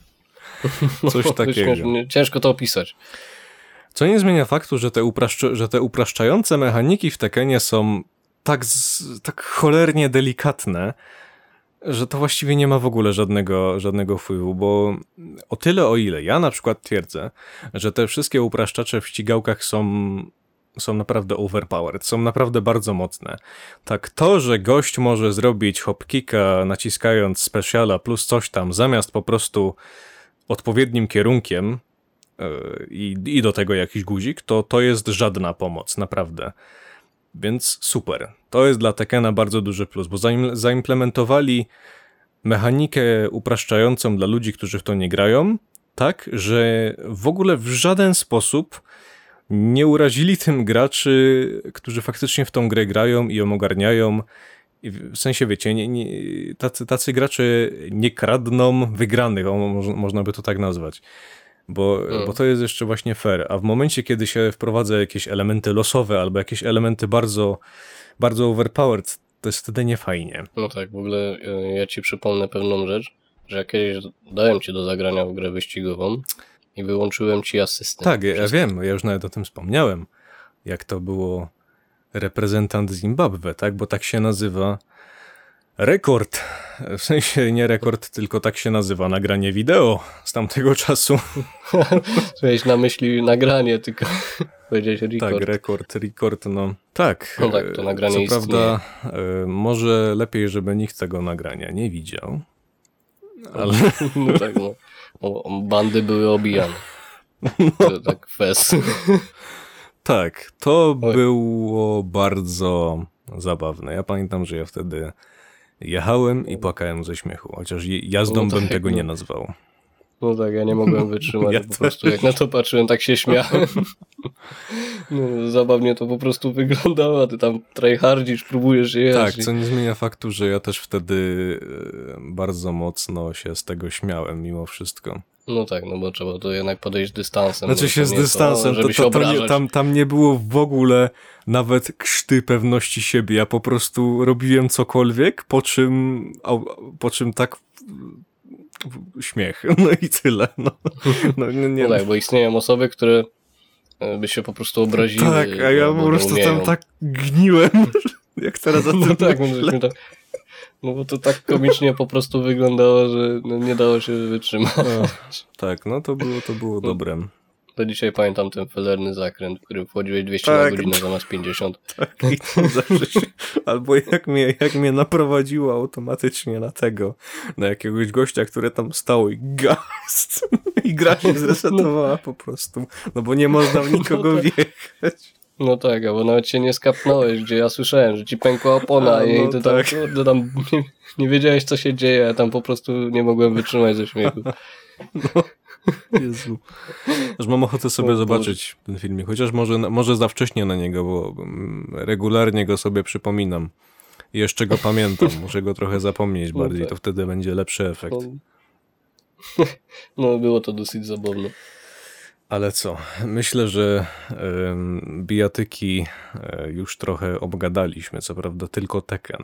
Coś Ciężko- takiego. Ciężko to opisać. Co nie zmienia faktu, że te, upraszcza- że te upraszczające mechaniki w Tekkenie są tak, z, tak cholernie delikatne, że to właściwie nie ma w ogóle żadnego, żadnego wpływu, bo o tyle o ile ja na przykład twierdzę, że te wszystkie upraszczacze w ścigałkach są, są naprawdę overpowered, są naprawdę bardzo mocne. Tak to, że gość może zrobić hopkicka naciskając speciala plus coś tam, zamiast po prostu odpowiednim kierunkiem yy, i, i do tego jakiś guzik, to to jest żadna pomoc, naprawdę. Więc super. To jest dla Tekena bardzo duży plus, bo zaim, zaimplementowali mechanikę upraszczającą dla ludzi, którzy w to nie grają, tak, że w ogóle w żaden sposób nie urazili tym graczy, którzy faktycznie w tą grę grają i ją ogarniają. I w sensie, wiecie, nie, nie, tacy, tacy gracze nie kradną wygranych, o, mo, można by to tak nazwać. Bo, hmm. bo to jest jeszcze właśnie fair. A w momencie, kiedy się wprowadza jakieś elementy losowe albo jakieś elementy bardzo, bardzo overpowered, to jest wtedy niefajnie. No tak, w ogóle ja ci przypomnę pewną rzecz, że ja kiedyś dałem ci do zagrania w grę wyścigową i wyłączyłem ci asystę. Tak, ja, ja wiem, ja już nawet o tym wspomniałem, jak to było reprezentant Zimbabwe, tak? Bo tak się nazywa rekord. W sensie nie rekord, tylko tak się nazywa nagranie wideo z tamtego czasu. Miałeś na myśli nagranie, tylko powiedziałeś rekord. Tak, rekord, rekord, no. Tak, no tak, to nagranie co istnieje. prawda może lepiej, żeby nikt tego nagrania nie widział. Ale... No tak, no. O, bandy były obijane. No. Tak, fest. Tak, to Oj. było bardzo zabawne. Ja pamiętam, że ja wtedy jechałem i płakałem ze śmiechu, chociaż jazdą no tak, bym tego no. nie nazwał. No tak, ja nie mogłem wytrzymać, Ja po prostu jak na to patrzyłem, tak się śmiałem. No, zabawnie to po prostu wyglądało, a ty tam tryhardzisz, próbujesz jechać. Tak, co nie zmienia faktu, że ja też wtedy bardzo mocno się z tego śmiałem mimo wszystko. No tak, no bo trzeba to jednak podejść dystansem. Znaczy się z dystansem, to, to, to, to nie, tam, tam nie było w ogóle nawet krzty pewności siebie. Ja po prostu robiłem cokolwiek, po czym, po czym tak śmiech. No i tyle. No, no, nie, nie. No tak, bo istnieją osoby, które by się po prostu obraziły. Tak, a ja po prostu tam tak gniłem, jak teraz o tym no tak, myślę. tak. No bo to tak komicznie po prostu wyglądało, że no nie dało się wytrzymać. No, tak, no to było, to było dobre. To dzisiaj pamiętam ten felerny zakręt, w którym wchodziłeś dwieście tak, na godzinę zamiast pięćdziesiąt. Tak, i to zawsze się, albo jak mnie, jak mnie naprowadziło automatycznie na tego, na jakiegoś gościa, który tam stał i gast i gra się zresetowała po prostu, no bo nie można w nikogo no tak. wjechać. No tak, bo nawet się nie skapnąłeś, gdzie ja słyszałem, że ci pękła opona a, no i ty tam, tak. kurde, tam nie, nie wiedziałeś, co się dzieje, ja tam po prostu nie mogłem wytrzymać ze śmiechu. No. Jezu. Aż mam ochotę sobie o, zobaczyć Boże. ten filmik, chociaż może, może za wcześnie na niego, bo regularnie go sobie przypominam i jeszcze go pamiętam. Muszę go trochę zapomnieć no bardziej, tak. To wtedy będzie lepszy efekt. No, no było to dosyć zabawne. Ale co? Myślę, że y, bijatyki y, już trochę obgadaliśmy, co prawda tylko Tekken.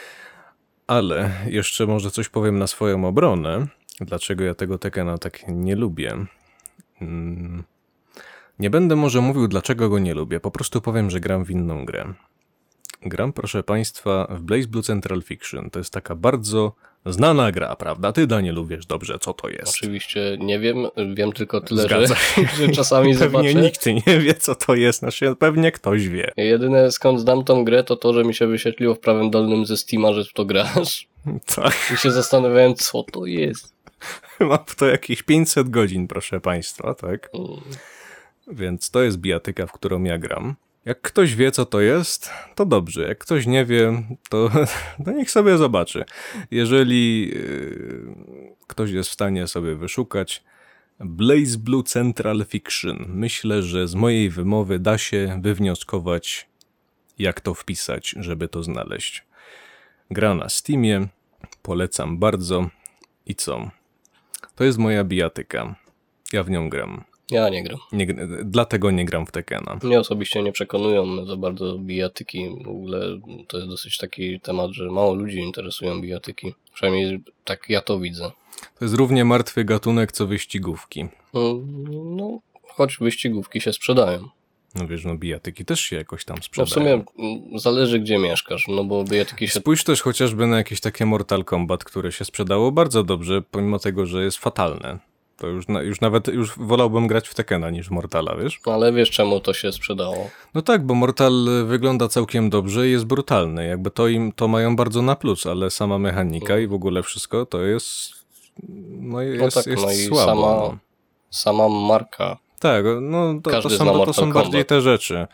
Ale jeszcze może coś powiem na swoją obronę. Dlaczego ja tego Tekkena tak nie lubię? Hmm. Nie będę może mówił, dlaczego go nie lubię. Po prostu powiem, że gram w inną grę. Gram, proszę państwa, w BlazBlue Central Fiction. To jest taka bardzo znana gra, prawda? Ty, Danielu, wiesz dobrze, co to jest. Oczywiście nie wiem, wiem tylko tyle, Zgadza że, że czasami pewnie zobaczę. nikt nie wie, co to jest. Znaczy, pewnie ktoś wie. Jedyne, skąd znam tą grę, to to, że mi się wyświetliło w prawym dolnym ze Steama, że w to grasz. Tak. I się zastanawiałem, co to jest. Mam w to jakieś pięćset godzin, proszę państwa, tak? Mm. Więc to jest bijatyka, w którą ja gram. Jak ktoś wie, co to jest, to dobrze. Jak ktoś nie wie, to, to niech sobie zobaczy. Jeżeli yy, ktoś jest w stanie sobie wyszukać BlazBlue Central Fiction, myślę, że z mojej wymowy da się wywnioskować, jak to wpisać, żeby to znaleźć. Gra na Steamie, polecam bardzo. I co? To jest moja bijatyka. Ja w nią gram. Ja nie gram. Nie, dlatego nie gram w Tekkena. Mnie osobiście nie przekonują za bardzo bijatyki. W ogóle to jest dosyć taki temat, że mało ludzi interesują bijatyki. Przynajmniej tak ja to widzę. To jest równie martwy gatunek, co wyścigówki. No, no choć wyścigówki się sprzedają. No wiesz, no bijatyki też się jakoś tam sprzedają. No w sumie zależy, gdzie mieszkasz, no bo bijatyki się... Spójrz też chociażby na jakieś takie Mortal Kombat, które się sprzedało bardzo dobrze, pomimo tego, że jest fatalne. To już, na, już nawet już wolałbym grać w Tekkena niż w Mortala, wiesz? Ale wiesz, czemu to się sprzedało? No tak, bo Mortal wygląda całkiem dobrze i jest brutalny. Jakby to im to mają bardzo na plus, ale sama mechanika no. i w ogóle wszystko to jest no jest, no tak, jest no i słabo. Sama, no. sama marka. Tak, no to, to są, to są Kombat. bardziej te rzeczy.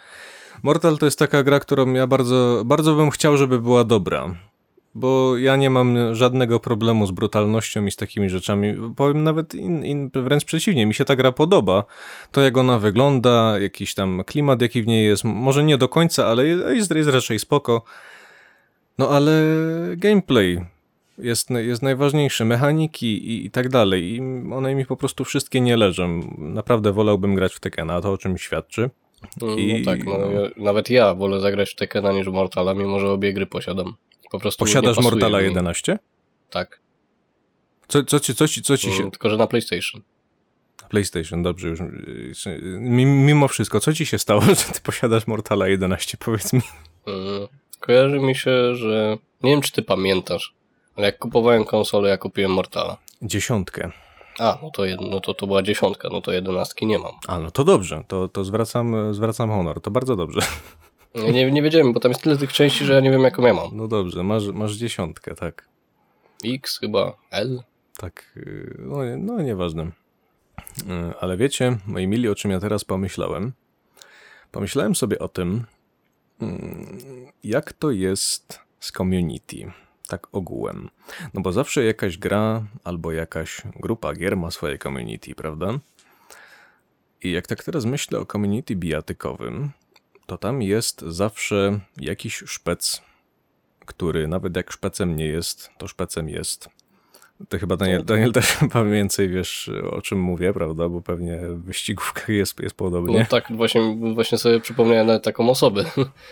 Mortal to jest taka gra, którą ja bardzo, bardzo bym chciał, żeby była dobra. Bo ja nie mam żadnego problemu z brutalnością i z takimi rzeczami. Powiem nawet in, in, wręcz przeciwnie, mi się ta gra podoba. To jak ona wygląda, jakiś tam klimat jaki w niej jest, może nie do końca, ale jest, jest raczej spoko. No ale gameplay jest, jest najważniejszy, mechaniki i, i tak dalej. I one mi po prostu wszystkie nie leżą. Naprawdę wolałbym grać w Tekkena, to o czym świadczy. I, no tak, no, no. Ja, nawet ja wolę zagrać w Tekkena niż w Mortala, mimo że obie gry posiadam. Po prostu Posiadasz nie pasuje Mortala mi. jedenaście? Tak. Co, co, ci, co, ci, co ci się... Mm, Tylko, że na PlayStation. PlayStation, dobrze już. Mimo wszystko, co ci się stało, że ty posiadasz Mortala jedenaście, powiedz mi? Mm, Kojarzy mi się, że... Nie wiem, czy ty pamiętasz, ale jak kupowałem konsolę, ja kupiłem Mortala. Dziesiątkę. A, no to, jed... no to to była dziesiątka, no to jedenastki nie mam. A, no to dobrze, to, to zwracam, zwracam honor, to bardzo dobrze. Ja nie, nie wiedziałem, bo tam jest tyle tych części, że ja nie wiem, jaką ja mam. No dobrze, masz, masz dziesiątkę, tak. X chyba, L? Tak, yy, no, nie- no nieważne. Yy, Ale wiecie, moi mili, o czym ja teraz pomyślałem? Pomyślałem sobie o tym, yy, jak to jest z community, tak ogółem. No bo zawsze jakaś gra albo jakaś grupa gier ma swoje community, prawda? I jak tak teraz myślę o community bijatykowym, to tam jest zawsze jakiś szpec, który nawet jak szpecem nie jest, to szpecem jest. Ty chyba, Daniel, Daniel też chyba mniej więcej wiesz, o czym mówię, prawda? Bo pewnie w wyścigówkach jest, jest podobnie. No tak, właśnie, właśnie sobie przypomniałem nawet taką osobę.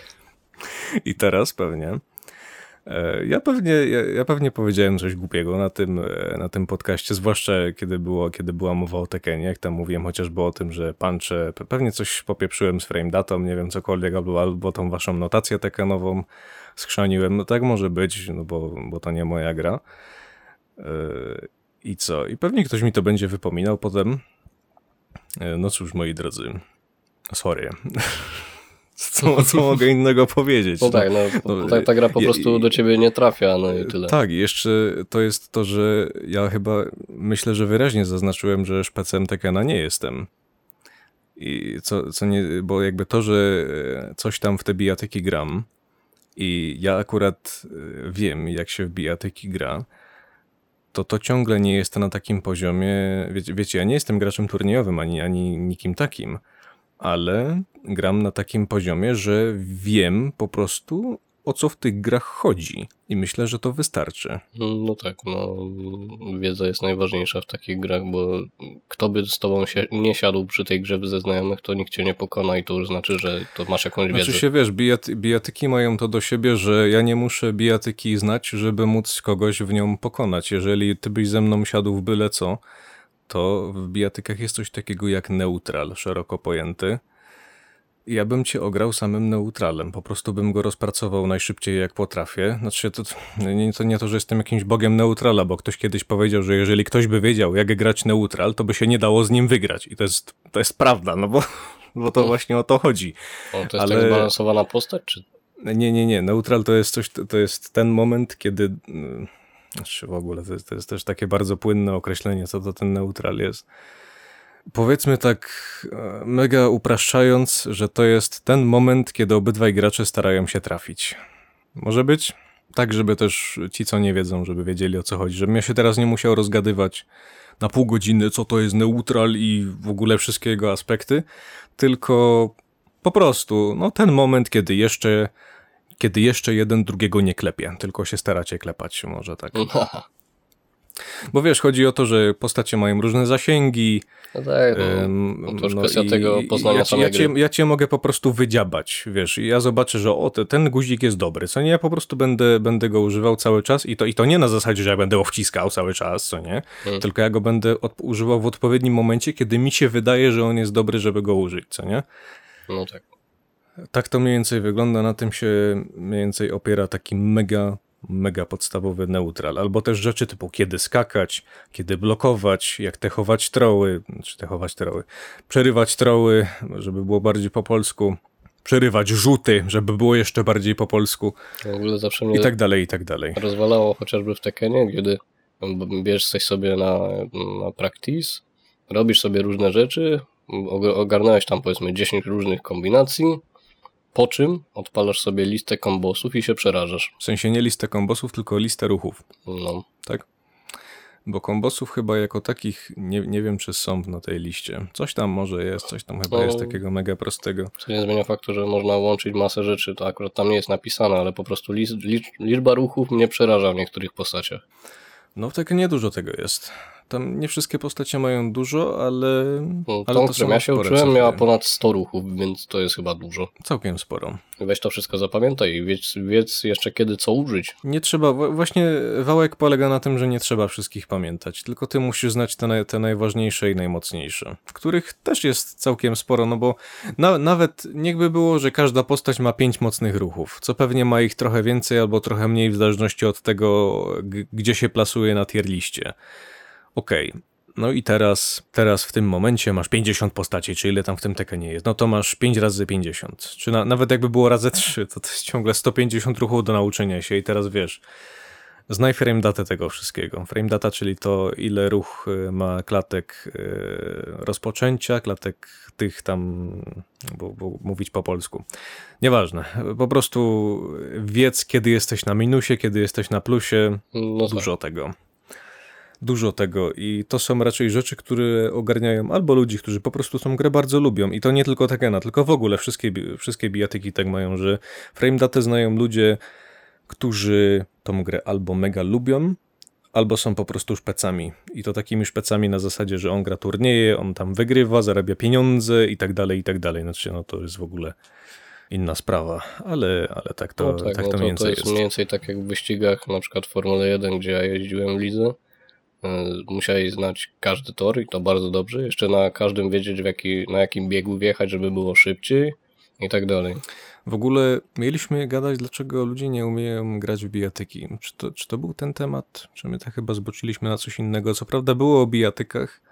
I teraz pewnie. E, Ja pewnie, ja, ja pewnie powiedziałem coś głupiego na tym, e, na tym podcaście, zwłaszcza kiedy, było, kiedy była mowa o Tekkenie, jak tam mówiłem chociażby o tym, że puncze, pe- pewnie coś popieprzyłem z frame datą, nie wiem, cokolwiek, albo, albo tą waszą notację tekkenową skrzaniłem. No tak może być, no bo, bo to nie moja gra. E, I co? I pewnie ktoś mi to będzie wypominał potem. E, No cóż, moi drodzy, sorry. Co, co mogę innego powiedzieć? No tak, no, no, ta, ta gra po je- prostu do ciebie nie trafia, no i tyle. Tak, i jeszcze to jest to, że ja chyba myślę, że wyraźnie zaznaczyłem, że szpecem Tekkena nie jestem. I co, co nie, bo jakby to, że coś tam w te bijatyki gram i ja akurat e, wiem, jak się w bijatyki gra, to to ciągle nie jest na takim poziomie, wiecie, wiecie ja nie jestem graczem turniejowym ani, ani nikim takim, ale gram na takim poziomie, że wiem po prostu, o co w tych grach chodzi. I myślę, że to wystarczy. No tak, no wiedza jest najważniejsza w takich grach, bo kto by z tobą się nie siadł przy tej grze ze znajomych, to nikt cię nie pokona i to już znaczy, że to masz jakąś wiedzę. Znaczy się, wiesz, bijaty, bijatyki mają to do siebie, że ja nie muszę bijatyki znać, żeby móc kogoś w nią pokonać. Jeżeli ty byś ze mną siadł w byle co, to w bijatykach jest coś takiego jak neutral, szeroko pojęty. Ja bym cię ograł samym neutralem, po prostu bym go rozpracował najszybciej jak potrafię. Znaczy to, nie, to nie to, że jestem jakimś bogiem neutrala, bo ktoś kiedyś powiedział, że jeżeli ktoś by wiedział jak grać neutral, to by się nie dało z nim wygrać. I to jest, to jest prawda, no bo, bo to właśnie o to chodzi. O, to jest ale- tak zbalansowana postać, czy... Nie, nie, nie. Neutral to jest coś, to jest ten moment, kiedy... mm, Znaczy w ogóle to jest, to jest też takie bardzo płynne określenie, co to ten neutral jest. Powiedzmy tak e, mega upraszczając, że to jest ten moment, kiedy obydwaj gracze starają się trafić. Może być? Tak, żeby też ci, co nie wiedzą, żeby wiedzieli, o co chodzi. Żebym ja się teraz nie musiał rozgadywać na pół godziny, co to jest neutral i w ogóle wszystkie jego aspekty, tylko po prostu, no ten moment, kiedy jeszcze, kiedy jeszcze jeden drugiego nie klepie, tylko się staracie klepać, może tak. Bo wiesz, chodzi o to, że postacie mają różne zasięgi. No tak, no, em, no to już no kwestia i- tego i poznania ja, ci- samej ja, cię, gry. ja cię mogę po prostu wydziabać, wiesz, i ja zobaczę, że o, te, ten guzik jest dobry, co nie, ja po prostu będę, będę go używał cały czas i to, i to nie na zasadzie, że ja będę go wciskał cały czas, co nie, Hmm. tylko ja go będę od, używał w odpowiednim momencie, kiedy mi się wydaje, że on jest dobry, żeby go użyć, co nie. No tak. Tak to mniej więcej wygląda, na tym się mniej więcej opiera taki mega, mega podstawowy neutral. Albo też rzeczy typu kiedy skakać, kiedy blokować, jak techować troły, czy techować troły, przerywać troły, żeby było bardziej po polsku, przerywać rzuty, żeby było jeszcze bardziej po polsku W ogóle zawsze mnie i tak dalej, i tak dalej. rozwalało chociażby w Tekkenie, kiedy bierzesz coś sobie na, na practice, robisz sobie różne rzeczy, og- ogarnąłeś tam powiedzmy dziesięć różnych kombinacji, po czym odpalasz sobie listę kombosów i się przerażasz. W sensie nie listę kombosów, tylko listę ruchów. No. Tak? Bo kombosów chyba jako takich nie, nie wiem, czy są na tej liście. Coś tam może jest, coś tam chyba No. jest takiego mega prostego. Co nie zmienia faktu, że można łączyć masę rzeczy, to akurat tam nie jest napisane, ale po prostu lis- licz- liczba ruchów mnie przeraża w niektórych postaciach. No tak niedużo tego jest. Tam nie wszystkie postacie mają dużo, ale, No, ale tą, to którą są ja się spore uczyłem, cyfry. miała ponad sto ruchów, więc to jest chyba dużo. Całkiem sporo. Weź to wszystko zapamiętaj i wiedz, wiedz jeszcze kiedy co użyć. Nie trzeba, wa- właśnie wałek polega na tym, że nie trzeba wszystkich pamiętać, tylko ty musisz znać te, naj, te najważniejsze i najmocniejsze, których też jest całkiem sporo, no bo na, nawet niechby było, że każda postać ma pięć mocnych ruchów, co pewnie ma ich trochę więcej albo trochę mniej w zależności od tego, g- gdzie się plasuje na tier liście. Okej. No i teraz, teraz w tym momencie masz pięćdziesiąt postaci, czy ile tam w tym tekenie jest, no to masz pięć razy pięćdziesiąt, czy na, nawet jakby było razy trzy, to to jest ciągle sto pięćdziesiąt ruchów do nauczenia się i teraz wiesz, znaj frame datę tego wszystkiego. Frame data, czyli to ile ruch y, ma klatek y, rozpoczęcia, klatek tych tam, bo, bo mówić po polsku. Nieważne, po prostu wiedz, kiedy jesteś na minusie, kiedy jesteś na plusie, No tak. dużo tego. Dużo tego i to są raczej rzeczy, które ogarniają albo ludzi, którzy po prostu tą grę bardzo lubią i to nie tylko Tekena, tylko w ogóle wszystkie, bi- wszystkie bijatyki tak mają, że frame datę znają ludzie, którzy tą grę albo mega lubią, albo są po prostu szpecami i to takimi szpecami na zasadzie, że on gra turnieje, on tam wygrywa, zarabia pieniądze i tak dalej, i tak dalej, znaczy no to jest w ogóle inna sprawa, ale, ale tak to, No tak, tak no to to, mniej to więcej jest jest. mniej więcej tak jak w wyścigach, na przykład Formuły jeden, gdzie ja jeździłem w lidze. Yy, Musiałeś znać każdy tor i to bardzo dobrze. Jeszcze na każdym wiedzieć, w jaki, na jakim biegu wjechać, żeby było szybciej i tak dalej. W ogóle mieliśmy gadać, dlaczego ludzie nie umieją grać w bijatyki. Czy to, czy to był ten temat? Czy my tak chyba zboczyliśmy na coś innego? Co prawda było o bijatykach,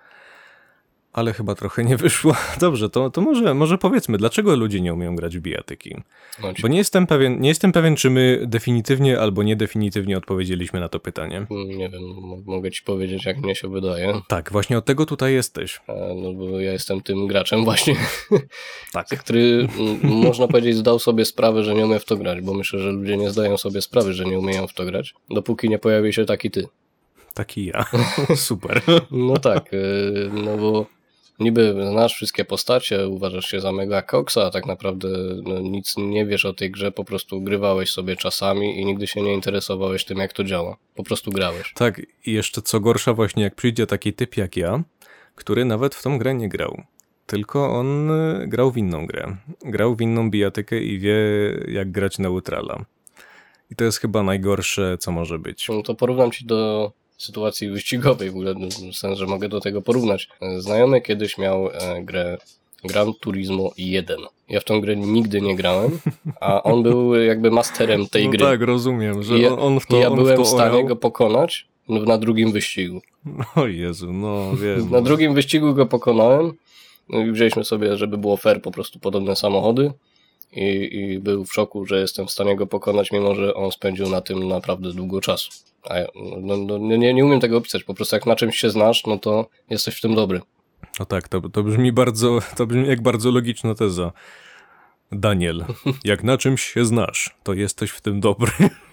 ale chyba trochę nie wyszło. Dobrze, to, to może, może powiedzmy, dlaczego ludzie nie umieją grać w bijatyki? No, ci- Bo nie jestem pewien, nie jestem pewien, czy my definitywnie albo niedefinitywnie odpowiedzieliśmy na to pytanie. Nie wiem, mo- mogę ci powiedzieć, jak mnie się wydaje. Tak, właśnie od tego tutaj jesteś. E, No bo ja jestem tym graczem właśnie, Tak. który m, można powiedzieć zdał sobie sprawę, że nie umie w to grać, bo myślę, że ludzie nie zdają sobie sprawy, że nie umieją w to grać, dopóki nie pojawi się taki ty. Taki ja. Super. No tak, y, no bo niby znasz wszystkie postacie, uważasz się za mega koksa, a tak naprawdę no, nic nie wiesz o tej grze, po prostu grywałeś sobie czasami i nigdy się nie interesowałeś tym, jak to działa. Po prostu grałeś. Tak, i jeszcze co gorsza właśnie, jak przyjdzie taki typ jak ja, który nawet w tą grę nie grał. Tylko on y, grał w inną grę. Grał w inną bijatykę i wie, jak grać neutrala. I to jest chyba najgorsze, co może być. No to porównam ci do sytuacji wyścigowej w ogóle, no, w sens, że mogę do tego porównać. Znajomy kiedyś miał e, grę Gran Turismo jeden. Ja w tą grę nigdy nie grałem, a on był jakby masterem tej No gry. tak, rozumiem, że I ja, on, on w to i ja on byłem w, to w stanie orał. go pokonać na drugim wyścigu. O Jezu, no wiem. Na drugim wyścigu go pokonałem. No i wzięliśmy sobie, żeby było fair, po prostu podobne samochody. I, I był w szoku, że jestem w stanie go pokonać, mimo że on spędził na tym naprawdę długo czasu. A ja no, no, nie, nie umiem tego opisać. Po prostu jak na czymś się znasz, no to jesteś w tym dobry. No tak, to, to brzmi bardzo, to brzmi jak bardzo logiczna teza. Daniel, jak na czymś się znasz, to jesteś w tym dobry.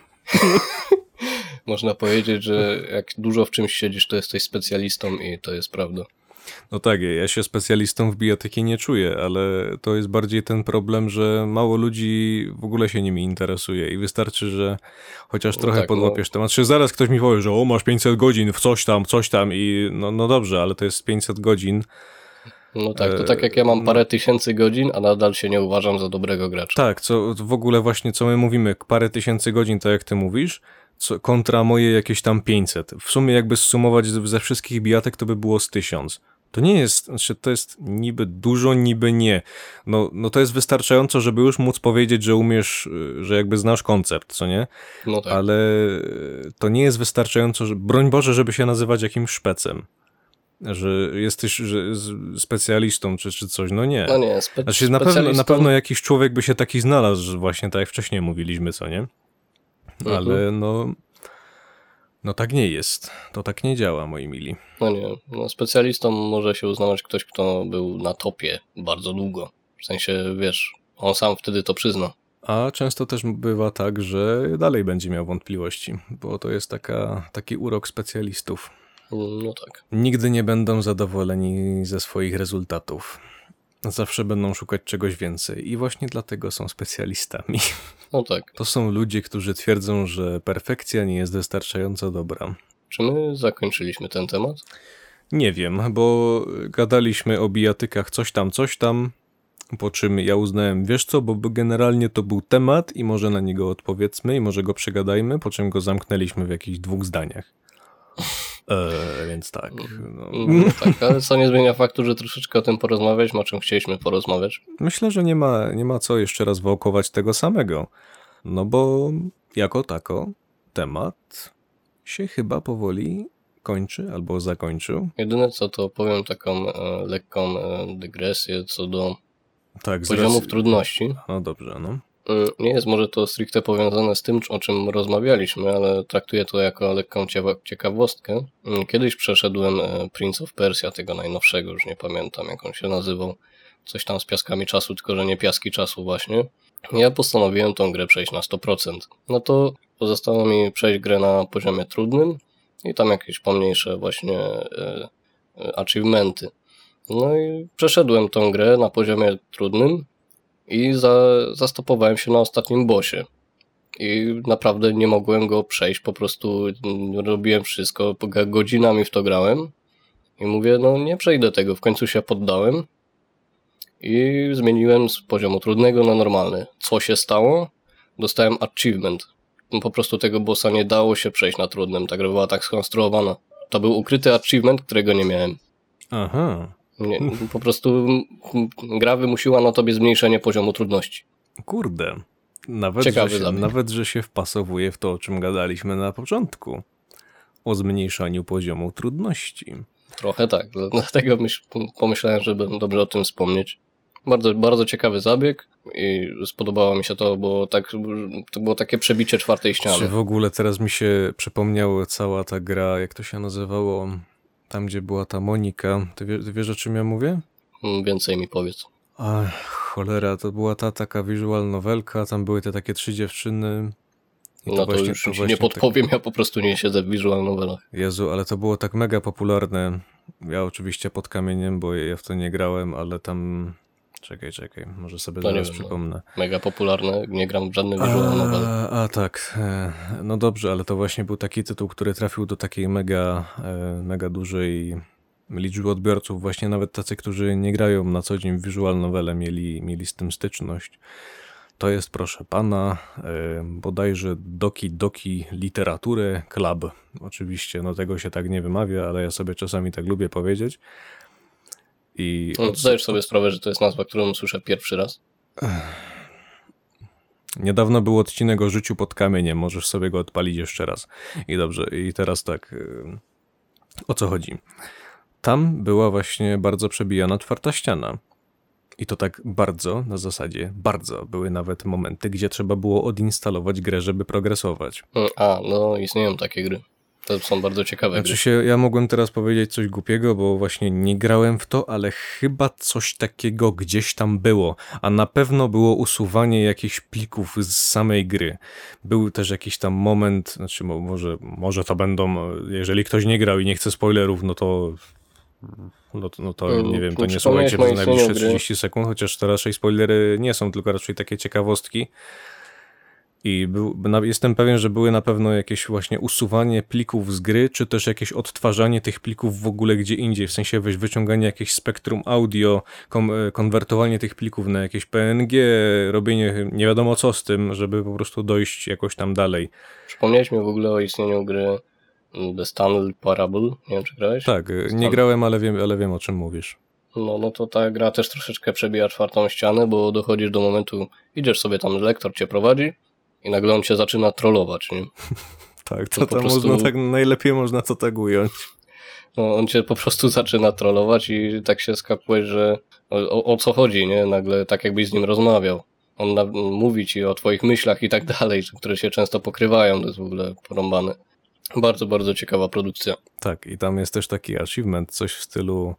Można powiedzieć, że jak dużo w czymś siedzisz, to jesteś specjalistą i to jest prawda. No tak, ja się specjalistą w bijatyki nie czuję, ale to jest bardziej ten problem, że mało ludzi w ogóle się nimi interesuje i wystarczy, że chociaż No trochę tak, podłapiesz temat. Czy zaraz ktoś mi powie, że o, masz pięćset godzin w coś tam, coś tam i no, no dobrze, ale to jest pięćset godzin. No tak, to tak jak ja mam parę tysięcy godzin, a nadal się nie uważam za dobrego gracza. Tak, co w ogóle właśnie, co my mówimy, parę tysięcy godzin, tak jak ty mówisz, co, kontra moje jakieś tam pięćset. W sumie jakby zsumować z- ze wszystkich bijatek, to by było z tysiąc. To nie jest, znaczy to jest niby dużo, niby nie. No, no to jest wystarczająco, żeby już móc powiedzieć, że umiesz, y, że jakby znasz koncept, co nie? No tak. Ale y, to nie jest wystarczająco, że, broń Boże, żeby się nazywać jakimś szpecem. Że jesteś że, z- specjalistą czy, czy coś, no nie. No nie, spe- Znaczy na pewno, specjalistą... na pewno jakiś człowiek by się taki znalazł, że właśnie tak jak wcześniej mówiliśmy, co nie? Mhm. Ale no, no tak nie jest. To tak nie działa, moi mili. No nie, no specjalistą może się uznawać ktoś, kto był na topie bardzo długo. W sensie, wiesz, On sam wtedy to przyzna. A często też bywa tak, że dalej będzie miał wątpliwości, bo to jest taka, taki urok specjalistów. No tak. Nigdy nie będą zadowoleni ze swoich rezultatów. Zawsze będą szukać czegoś więcej i właśnie dlatego są specjalistami. No tak. To są ludzie, którzy twierdzą, że perfekcja nie jest wystarczająco dobra. Czy my zakończyliśmy ten temat? Nie wiem, bo gadaliśmy o bijatykach coś tam, coś tam, po czym ja uznałem, wiesz co, bo generalnie to był temat i może na niego odpowiedzmy i może go przegadajmy, po czym go zamknęliśmy w jakichś dwóch zdaniach. Eee, więc tak. No. No tak, ale co nie zmienia faktu, że troszeczkę o tym porozmawialiśmy, o czym chcieliśmy porozmawiać. Myślę, że nie ma, nie ma co jeszcze raz wałkować tego samego. No bo jako tako temat się chyba powoli kończy albo zakończył. Jedyne co to powiem taką e, lekką e, dygresję co do Tak, z poziomów racji- trudności. No dobrze, no. Mm, Nie jest może to stricte powiązane z tym, o czym rozmawialiśmy, ale traktuję to jako lekką cia- ciekawostkę. Mm, Kiedyś przeszedłem e, Prince of Persia, tego najnowszego, już nie pamiętam jak on się nazywał. Coś tam z piaskami czasu, tylko że nie piaski czasu właśnie. Ja postanowiłem tą grę przejść na sto procent. No to pozostało mi przejść grę na poziomie trudnym i tam jakieś pomniejsze właśnie e, e, achievementy. No i przeszedłem tą grę na poziomie trudnym i za, zastopowałem się na ostatnim bossie. I naprawdę nie mogłem go przejść, po prostu mm, robiłem wszystko, po- godzinami w to grałem i mówię, no nie przejdę tego, w końcu się poddałem i zmieniłem z poziomu trudnego na normalny. Co się stało? Dostałem achievement. Po prostu tego bossa nie dało się przejść na trudnym, ta gra była tak skonstruowana. To był ukryty achievement, którego nie miałem. Aha, Nie, po prostu mm, gra wymusiła na tobie zmniejszenie poziomu trudności. kurde. Nawet Ciekawy że, się, zabieg. nawet, że się wpasowuje w to, o czym gadaliśmy na początku. O zmniejszaniu poziomu trudności. Trochę tak, dlatego myśl, pomyślałem, że będę dobrze o tym wspomnieć. Bardzo, bardzo ciekawy zabieg i spodobało mi się to, bo tak, to było takie przebicie czwartej ściany. Czy w ogóle teraz mi się przypomniała cała ta gra, jak to się nazywało, tam gdzie była ta Monika. Ty, wie, ty wiesz, o czym ja mówię? Więcej mi powiedz. Ach, cholera, to była ta taka visual novelka, tam były te takie trzy dziewczyny. I No to właśnie- już ci właśnie nie tak- podpowiem, ja po prostu nie siedzę w visual novelach. Jezu, ale to było tak mega popularne. Ja oczywiście pod kamieniem, bo ja w to nie grałem, ale tam... Czekaj, czekaj, może sobie To nie zaraz wiem, no. przypomnę. Mega popularne, nie gram w żadne visual novel. A, a tak, e, no dobrze, ale to właśnie był taki tytuł, który trafił do takiej mega, e, mega dużej liczby odbiorców. Właśnie nawet tacy, którzy nie grają na co dzień w visual novele, mieli, mieli z tym styczność. To jest, proszę pana, e, bodajże Doki Doki Literature Club. Oczywiście, no tego się tak nie wymawia, ale ja sobie czasami tak lubię powiedzieć. I No, zdajesz sobie sprawę, że to jest nazwa, którą słyszę pierwszy raz. Niedawno był odcinek o życiu pod kamieniem, możesz sobie go odpalić jeszcze raz. I dobrze, i teraz tak, y, o co chodzi? Tam była właśnie bardzo przebijana czwarta ściana. I to tak bardzo, na zasadzie bardzo, były nawet momenty, gdzie trzeba było odinstalować grę, żeby progresować. Mm, A, no istnieją takie gry. To są bardzo ciekawe Znaczy gry. się, ja mogłem teraz powiedzieć coś głupiego, bo właśnie nie grałem w to, ale chyba coś takiego gdzieś tam było, a na pewno było usuwanie jakichś plików z samej gry. Był też jakiś tam moment, znaczy mo- może, może to będą, jeżeli ktoś nie grał i nie chce spoilerów, no to no to, no to Mm, nie wiem, to nie nie przypomniałeś słuchajcie mi o przez najbliższe istnieniu gry. trzydzieści sekund, chociaż te raczej spoilery nie są, tylko raczej takie ciekawostki. I był, na- jestem pewien, że były na pewno jakieś właśnie usuwanie plików z gry, czy też jakieś odtwarzanie tych plików w ogóle gdzie indziej, w sensie weź wyciąganie jakieś spektrum audio, kom, e, konwertowanie tych plików na jakieś P N G, robienie nie wiadomo co z tym, żeby po prostu dojść jakoś tam dalej. Przypomniałeś mi w ogóle o istnieniu gry mm, The Stanley Parable. Nie wiem, czy grałeś? Tak, e, nie Stan- grałem, ale wiem, ale wiem o czym mówisz. No, no to ta gra też troszeczkę przebija czwartą ścianę, bo dochodzisz do momentu, idziesz sobie tam, lektor cię prowadzi i nagle on cię zaczyna trollować, nie? Tak, to No po tam prostu- można tak, najlepiej można to tak ująć. No, on cię po prostu zaczyna trollować i tak się skapujesz, że o, o, o co chodzi, nie? Nagle tak jakbyś z nim rozmawiał. On na, mówi ci o twoich myślach i tak dalej, które się często pokrywają, to jest w ogóle porąbane. Bardzo, bardzo ciekawa produkcja. Tak, i tam jest też taki achievement, coś w stylu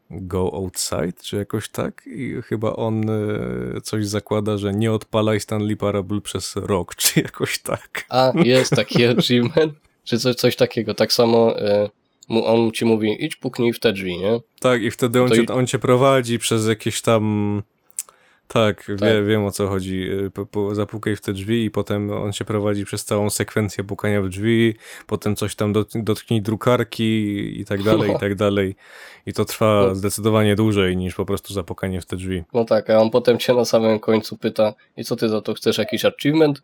go outside, czy jakoś tak i chyba on e, coś zakłada, że nie odpalaj Stanley Parable przez rok, czy jakoś tak. A, jest taki achievement, czy coś, coś takiego. Tak samo y, mu, on ci mówi, idź puknij w te drzwi, nie? Tak, i wtedy on To cię, i- on cię prowadzi przez jakieś tam... Tak, Tak. Wie, wiem o co chodzi. Po, po, zapukaj w te drzwi i potem on cię prowadzi przez całą sekwencję pukania w drzwi, potem coś tam dot, dotknij drukarki i tak dalej, i tak dalej. I to trwa No. zdecydowanie dłużej niż po prostu zapukanie w te drzwi. No tak, a on potem cię na samym końcu pyta, i co ty za to chcesz, jakiś achievement?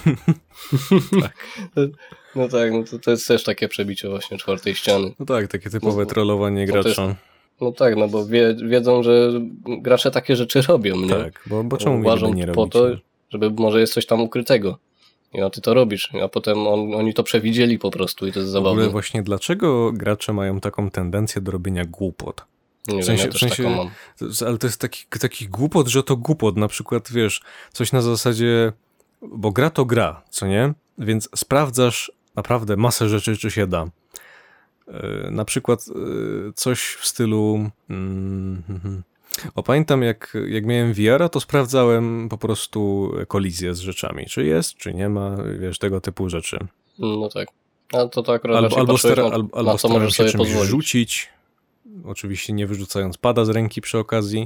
Tak. No tak, no to, to jest też takie przebicie właśnie czwartej ściany. No tak, takie typowe No, trollowanie to też- gracza. No tak, no bo wie, wiedzą, że gracze takie rzeczy robią, nie? Tak, bo, bo czemu Uważą mieliby nie po robić? to, nie? żeby może jest coś tam ukrytego. I a ty to robisz, a potem on, oni to przewidzieli po prostu i to jest W ogóle zabawne. właśnie dlaczego gracze mają taką tendencję do robienia głupot? Nie w sensie- wiem, ja w też sensie- taką mam. To jest- Ale to jest taki, taki głupot, że to głupot. Na przykład, wiesz, coś na zasadzie, bo gra to gra, co nie? Więc sprawdzasz naprawdę masę rzeczy, czy się da. Yy, Na przykład yy, coś w stylu... mm, mhm. O, pamiętam jak, jak miałem V R a, to sprawdzałem po prostu kolizję z rzeczami. Czy jest, czy nie ma, wiesz, tego typu rzeczy. No tak. A to tak akurat Albo, raczej albo, patrzyłeś stara, na, albo, na albo co starałem możesz się sobie czymś pozwolić. rzucić, oczywiście nie wyrzucając pada z ręki przy okazji.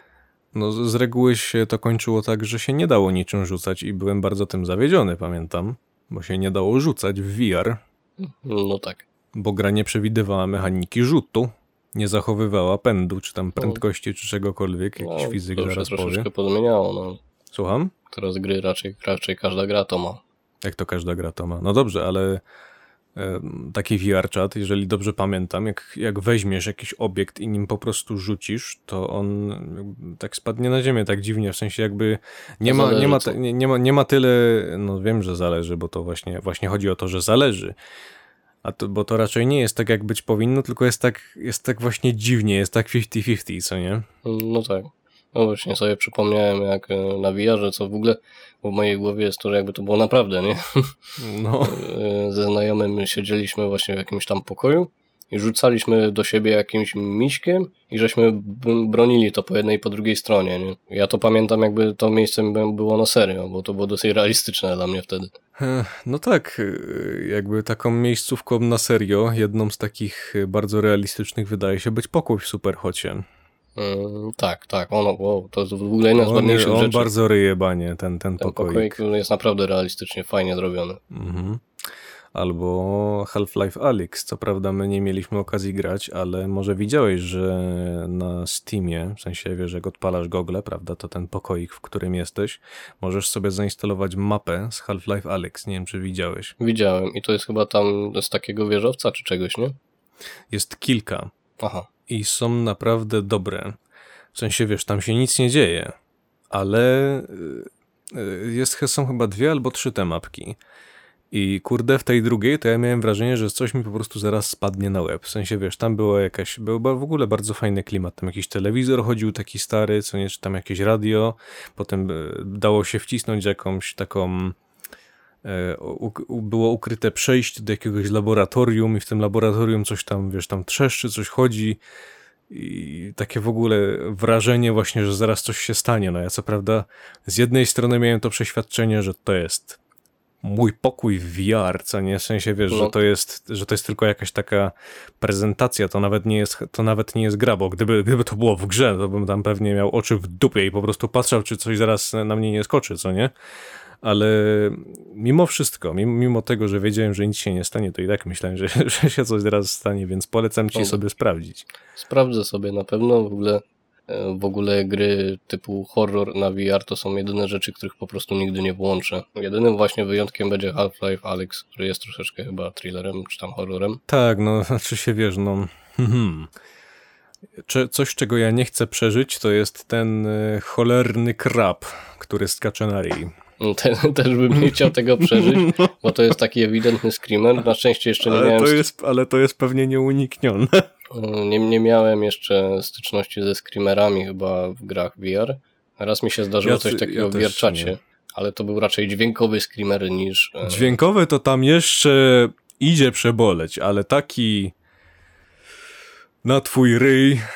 No z z reguły się to kończyło tak, że się nie dało niczym rzucać i byłem bardzo tym zawiedziony, pamiętam, bo się nie dało rzucać w V R, No tak. bo gra nie przewidywała mechaniki rzutu, nie zachowywała pędu, czy tam prędkości, czy czegokolwiek, jakiś No, fizyk to już się zaraz troszeczkę powie. pozmieniało. No. Słucham? Teraz gry raczej, raczej każda gra to ma. Jak to każda gra to ma. No dobrze, ale e, taki V R chat, jeżeli dobrze pamiętam, jak, jak weźmiesz jakiś obiekt i nim po prostu rzucisz, to on jakby tak spadnie na ziemię tak dziwnie, w sensie jakby nie To ma, nie zależy ma, co. te, nie, nie ma, nie ma tyle, no wiem, że zależy, bo to właśnie, właśnie chodzi o to, że zależy. A to, bo to raczej nie jest tak, jak być powinno, tylko jest tak, jest tak właśnie dziwnie, jest tak pięćdziesiąt pięćdziesiąt, co nie? No tak. No właśnie sobie przypomniałem jak e, na V R-ze, co w ogóle w mojej głowie jest to, że jakby to było naprawdę, nie? No, E, Ze znajomym siedzieliśmy właśnie w jakimś tam pokoju i rzucaliśmy do siebie jakimś miśkiem i żeśmy b- bronili to po jednej i po drugiej stronie, nie? Ja to pamiętam jakby to miejsce by- było na serio, bo to było dosyć realistyczne dla mnie wtedy. Ech, no tak, y, jakby taką miejscówką na serio, jedną z takich y, bardzo realistycznych wydaje się być pokój w Superhocie. Mm, tak, tak, ono, wow, to jest w ogóle jedna z On, ładniejszych on rzeczy. bardzo ryje banie, ten, ten Ten pokoik. pokoik jest naprawdę realistycznie, fajnie zrobiony. Mhm. Albo Half-Life Alyx. Co prawda my nie mieliśmy okazji grać, ale może widziałeś, że na Steamie, w sensie wiesz, jak odpalasz Google, prawda, to ten pokoik, w którym jesteś, możesz sobie zainstalować mapę z Half-Life Alyx. Nie wiem, czy widziałeś. Widziałem i to jest chyba tam z takiego wieżowca czy czegoś, nie? Jest kilka Aha. i są naprawdę dobre. W sensie, wiesz, tam się nic nie dzieje, ale y, y, jest, są chyba dwie albo trzy te mapki. I kurde, w tej drugiej to ja miałem wrażenie, że coś mi po prostu zaraz spadnie na łeb. W sensie, wiesz, tam była jakaś, był w ogóle bardzo fajny klimat. Tam jakiś telewizor chodził taki stary, co nie, czy tam jakieś radio. Potem y, dało się wcisnąć jakąś taką... e, u, u, było ukryte przejście do jakiegoś laboratorium i w tym laboratorium coś tam, wiesz, tam trzeszczy, coś chodzi i takie w ogóle wrażenie właśnie, że zaraz coś się stanie. No ja co prawda z jednej strony miałem to przeświadczenie, że to jest mój pokój w V R, co nie, w sensie wiesz, No. że to jest, że to jest tylko jakaś taka prezentacja, to nawet nie jest, to nawet nie jest gra, bo gdyby, gdyby to było w grze, to bym tam pewnie miał oczy w dupie i po prostu patrzał, czy coś zaraz na mnie nie skoczy, co nie? Ale mimo wszystko, mimo, mimo tego, że wiedziałem, że nic się nie stanie, to i tak myślałem, że, że się coś zaraz stanie, więc polecam ci No. sobie sprawdzić. Sprawdzę sobie na pewno. W ogóle, e, w ogóle gry typu horror na V R to są jedyne rzeczy, których po prostu nigdy nie włączę. Jedynym właśnie wyjątkiem będzie Half-Life Alyx, który jest troszeczkę chyba thrillerem czy tam horrorem. Tak, no, znaczy się wiesz, no... Hmm. Cze- Coś, czego ja nie chcę przeżyć, to jest ten y, cholerny krab, który skacze na ryj. Te, też bym nie chciał tego przeżyć, bo to jest taki ewidentny screamer. Na szczęście jeszcze nie Ale miałem to, jest, ale to jest pewnie nieuniknione. Nie, nie miałem jeszcze styczności ze screamerami chyba w grach V R. Raz mi się zdarzyło Ja coś ty- takiego ja w też wierczacie, nie. ale to był raczej dźwiękowy screamer niż... e, Dźwiękowy to tam jeszcze idzie przeboleć, ale taki na twój ryj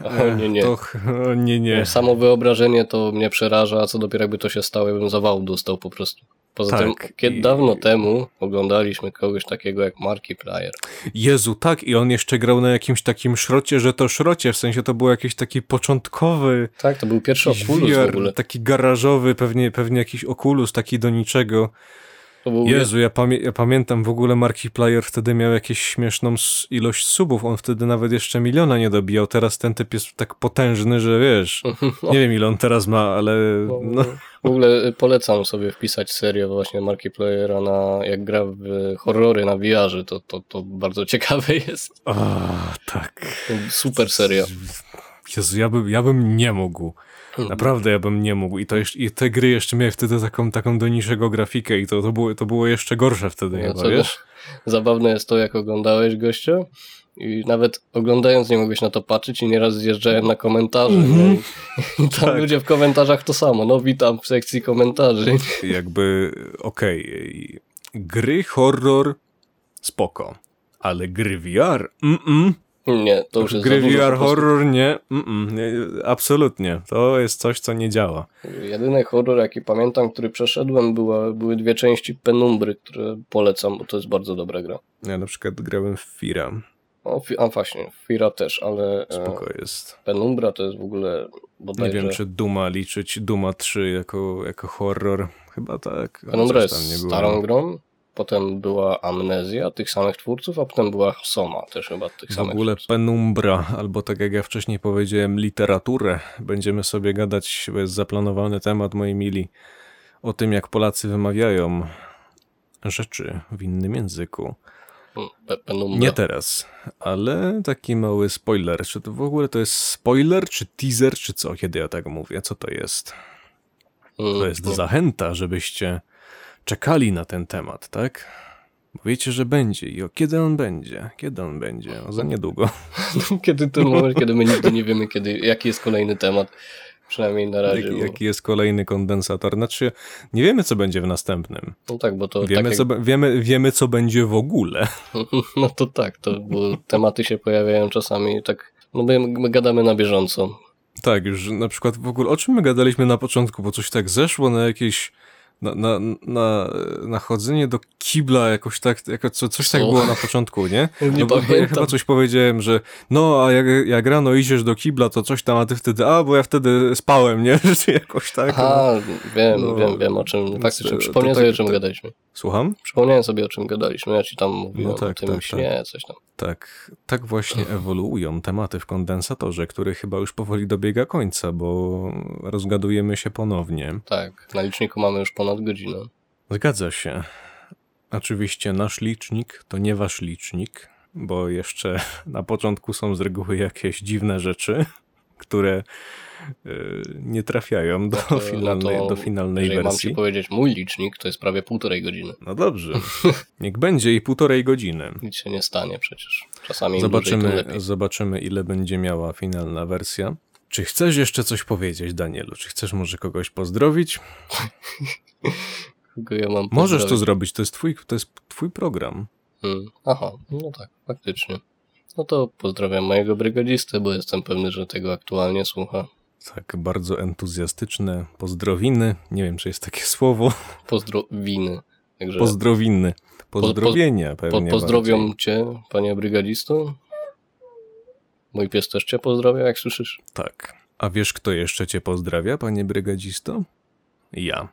O, nie, nie. To, o, nie, nie. Samo wyobrażenie to mnie przeraża, a co dopiero jakby to się stało, ja bym zawału dostał po prostu. Poza Tak, tym, kiedy i- dawno temu oglądaliśmy kogoś takiego jak Markiplier. Jezu, tak, i on jeszcze grał na jakimś takim szrocie, że to szrocie, w sensie to był jakiś taki początkowy Tak, to był pierwszy jakiś Oculus w V R, ogóle. taki garażowy, pewnie, pewnie jakiś Oculus, taki do niczego. To był Jezu, ja, pamię ja pamiętam w ogóle Markiplier wtedy miał jakieś śmieszną s- ilość subów, on wtedy nawet jeszcze miliona nie dobijał, teraz ten typ jest tak potężny, że wiesz, nie wiem ile on teraz ma, ale no, W ogóle polecam sobie wpisać serię właśnie Markipliera na, jak gra w horrory na V R-ze, to, to, to bardzo ciekawe jest. a, tak. Super seria. Jezu, ja bym, ja bym nie mógł. Naprawdę ja bym nie mógł. I, to jeszcze, i te gry jeszcze miały wtedy taką, taką do niższego grafikę i to, to, było, to było jeszcze gorsze wtedy No, chyba, co wiesz? Zabawne jest to, jak oglądałeś gościa i nawet oglądając nie mogłeś na to patrzeć i nieraz zjeżdżałem na komentarze. Mhm. Nie? I tam Tak. ludzie w komentarzach to samo. No witam w sekcji komentarzy. Jakby, okej, gry horror spoko, ale gry V R, mm-mm. Nie, to już jest Gry za dużo V R po prostu. horror nie, mm-mm, nie, absolutnie. To jest coś, co nie działa. Jedyny horror, jaki pamiętam, który przeszedłem, była, były dwie części Penumbry, które polecam, bo to jest bardzo dobra gra. Ja na przykład grałem w Fira, O, fi- a właśnie, Fira też, ale e, spoko jest. Penumbra to jest w ogóle Nie bodajże... wiem, czy Duma liczyć, Duma trzy jako, jako horror. Chyba tak. ale Penumbra coś jest tam nie było. starą grą, potem była Amnezja tych samych twórców, a potem była Soma też chyba tych W samych ogóle twórców. Penumbra, albo tak jak ja wcześniej powiedziałem, literaturę. Będziemy sobie gadać, bo jest zaplanowany temat, moi mili, o tym, jak Polacy wymawiają rzeczy w innym języku. Hmm, Pe- Penumbra. Nie teraz, ale taki mały spoiler. Czy to w ogóle to jest spoiler, czy teaser, czy co, kiedy ja tak mówię? Co to jest? Hmm, To jest nie. zachęta, żebyście czekali na ten temat, tak? Bo wiecie, że będzie i o kiedy on będzie? Kiedy on będzie? O, za niedługo. Kiedy ten moment, kiedy my nigdy nie wiemy, kiedy, jaki jest kolejny temat. Przynajmniej na razie. Jaki, bo- jaki jest kolejny kondensator? Znaczy, nie wiemy, co będzie w następnym. No tak, bo to Wiemy, tak co, jak... be- wiemy, wiemy, co będzie w ogóle. No to tak, to, bo tematy się pojawiają czasami tak, no my, my gadamy na bieżąco. Tak, już na przykład w ogóle o czym my gadaliśmy na początku, bo coś tak zeszło na jakieś na, na, na, na chodzenie do kibla jakoś tak, jako, co, coś tak Co? było na początku, nie? Nie No bo ja pamiętam. chyba coś powiedziałem, że no, a jak, jak rano idziesz do kibla, to coś tam, a ty wtedy, a bo ja wtedy spałem, nie? Czy jakoś tak. Aha, wiem, No, wiem, wiem o czym, więc faktycznie, to- przypomniałem to sobie tak- o czym to- gadaliśmy. Słucham? Przypomniałem sobie o czym gadaliśmy, ja ci tam mówiłem No tak, o tym tak, śnie, coś tam. Tak, tak właśnie ewoluują tematy w kondensatorze, który chyba już powoli dobiega końca, bo rozgadujemy się ponownie. Tak, na liczniku mamy już ponad godzinę. Zgadza się. Oczywiście nasz licznik to nie wasz licznik, bo jeszcze na początku są z reguły jakieś dziwne rzeczy, które y, nie trafiają do, to- finalnej, no to do finalnej Jeżeli mam wersji. ci powiedzieć mój licznik, to jest prawie półtorej godziny. No dobrze, niech będzie i półtorej godziny. Nic się nie stanie przecież. Czasami im dłużej, tym Zobaczymy, lepiej. zobaczymy, ile będzie miała finalna wersja. Czy chcesz jeszcze coś powiedzieć, Danielu? Czy chcesz może kogoś pozdrowić? Kogo ja mam Możesz to pozdrowić? zrobić, to jest twój, to jest twój program. Hmm. Aha, no tak, faktycznie. No to pozdrawiam mojego brygadzistę, bo jestem pewny, że tego aktualnie słucha. Tak, bardzo entuzjastyczne pozdrowiny. Nie wiem, czy jest takie słowo. Pozdrowiny. Także Pozdrowiny. Pozdrowienia po, pewnie. pozdrowią bardziej. cię, panie brygadzisto. Mój pies też cię pozdrawia, jak słyszysz. Tak. A wiesz, kto jeszcze cię pozdrawia, panie brygadzisto? Ja.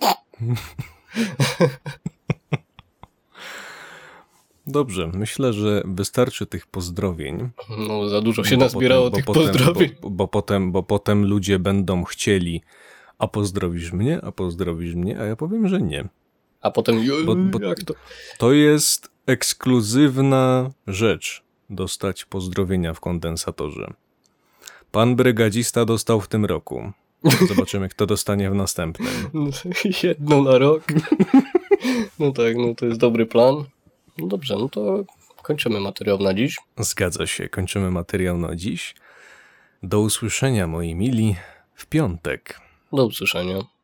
Dobrze, myślę, że wystarczy tych pozdrowień. No za dużo się Bo nazbierało potem- tych bo potem- pozdrowień. Bo, bo, potem, bo potem ludzie będą chcieli, a pozdrowisz mnie, a pozdrowisz mnie, a ja powiem, że nie. A potem, Bo- bo- jak to? To jest ekskluzywna rzecz, dostać pozdrowienia w kondensatorze. Pan brygadzista dostał w tym roku. Zobaczymy, kto dostanie w następnym. Jedno na rok. No tak, no to jest dobry plan. No dobrze, no to kończymy materiał na dziś. Zgadza się, kończymy materiał na dziś. Do usłyszenia, moi mili, w piątek. Do usłyszenia.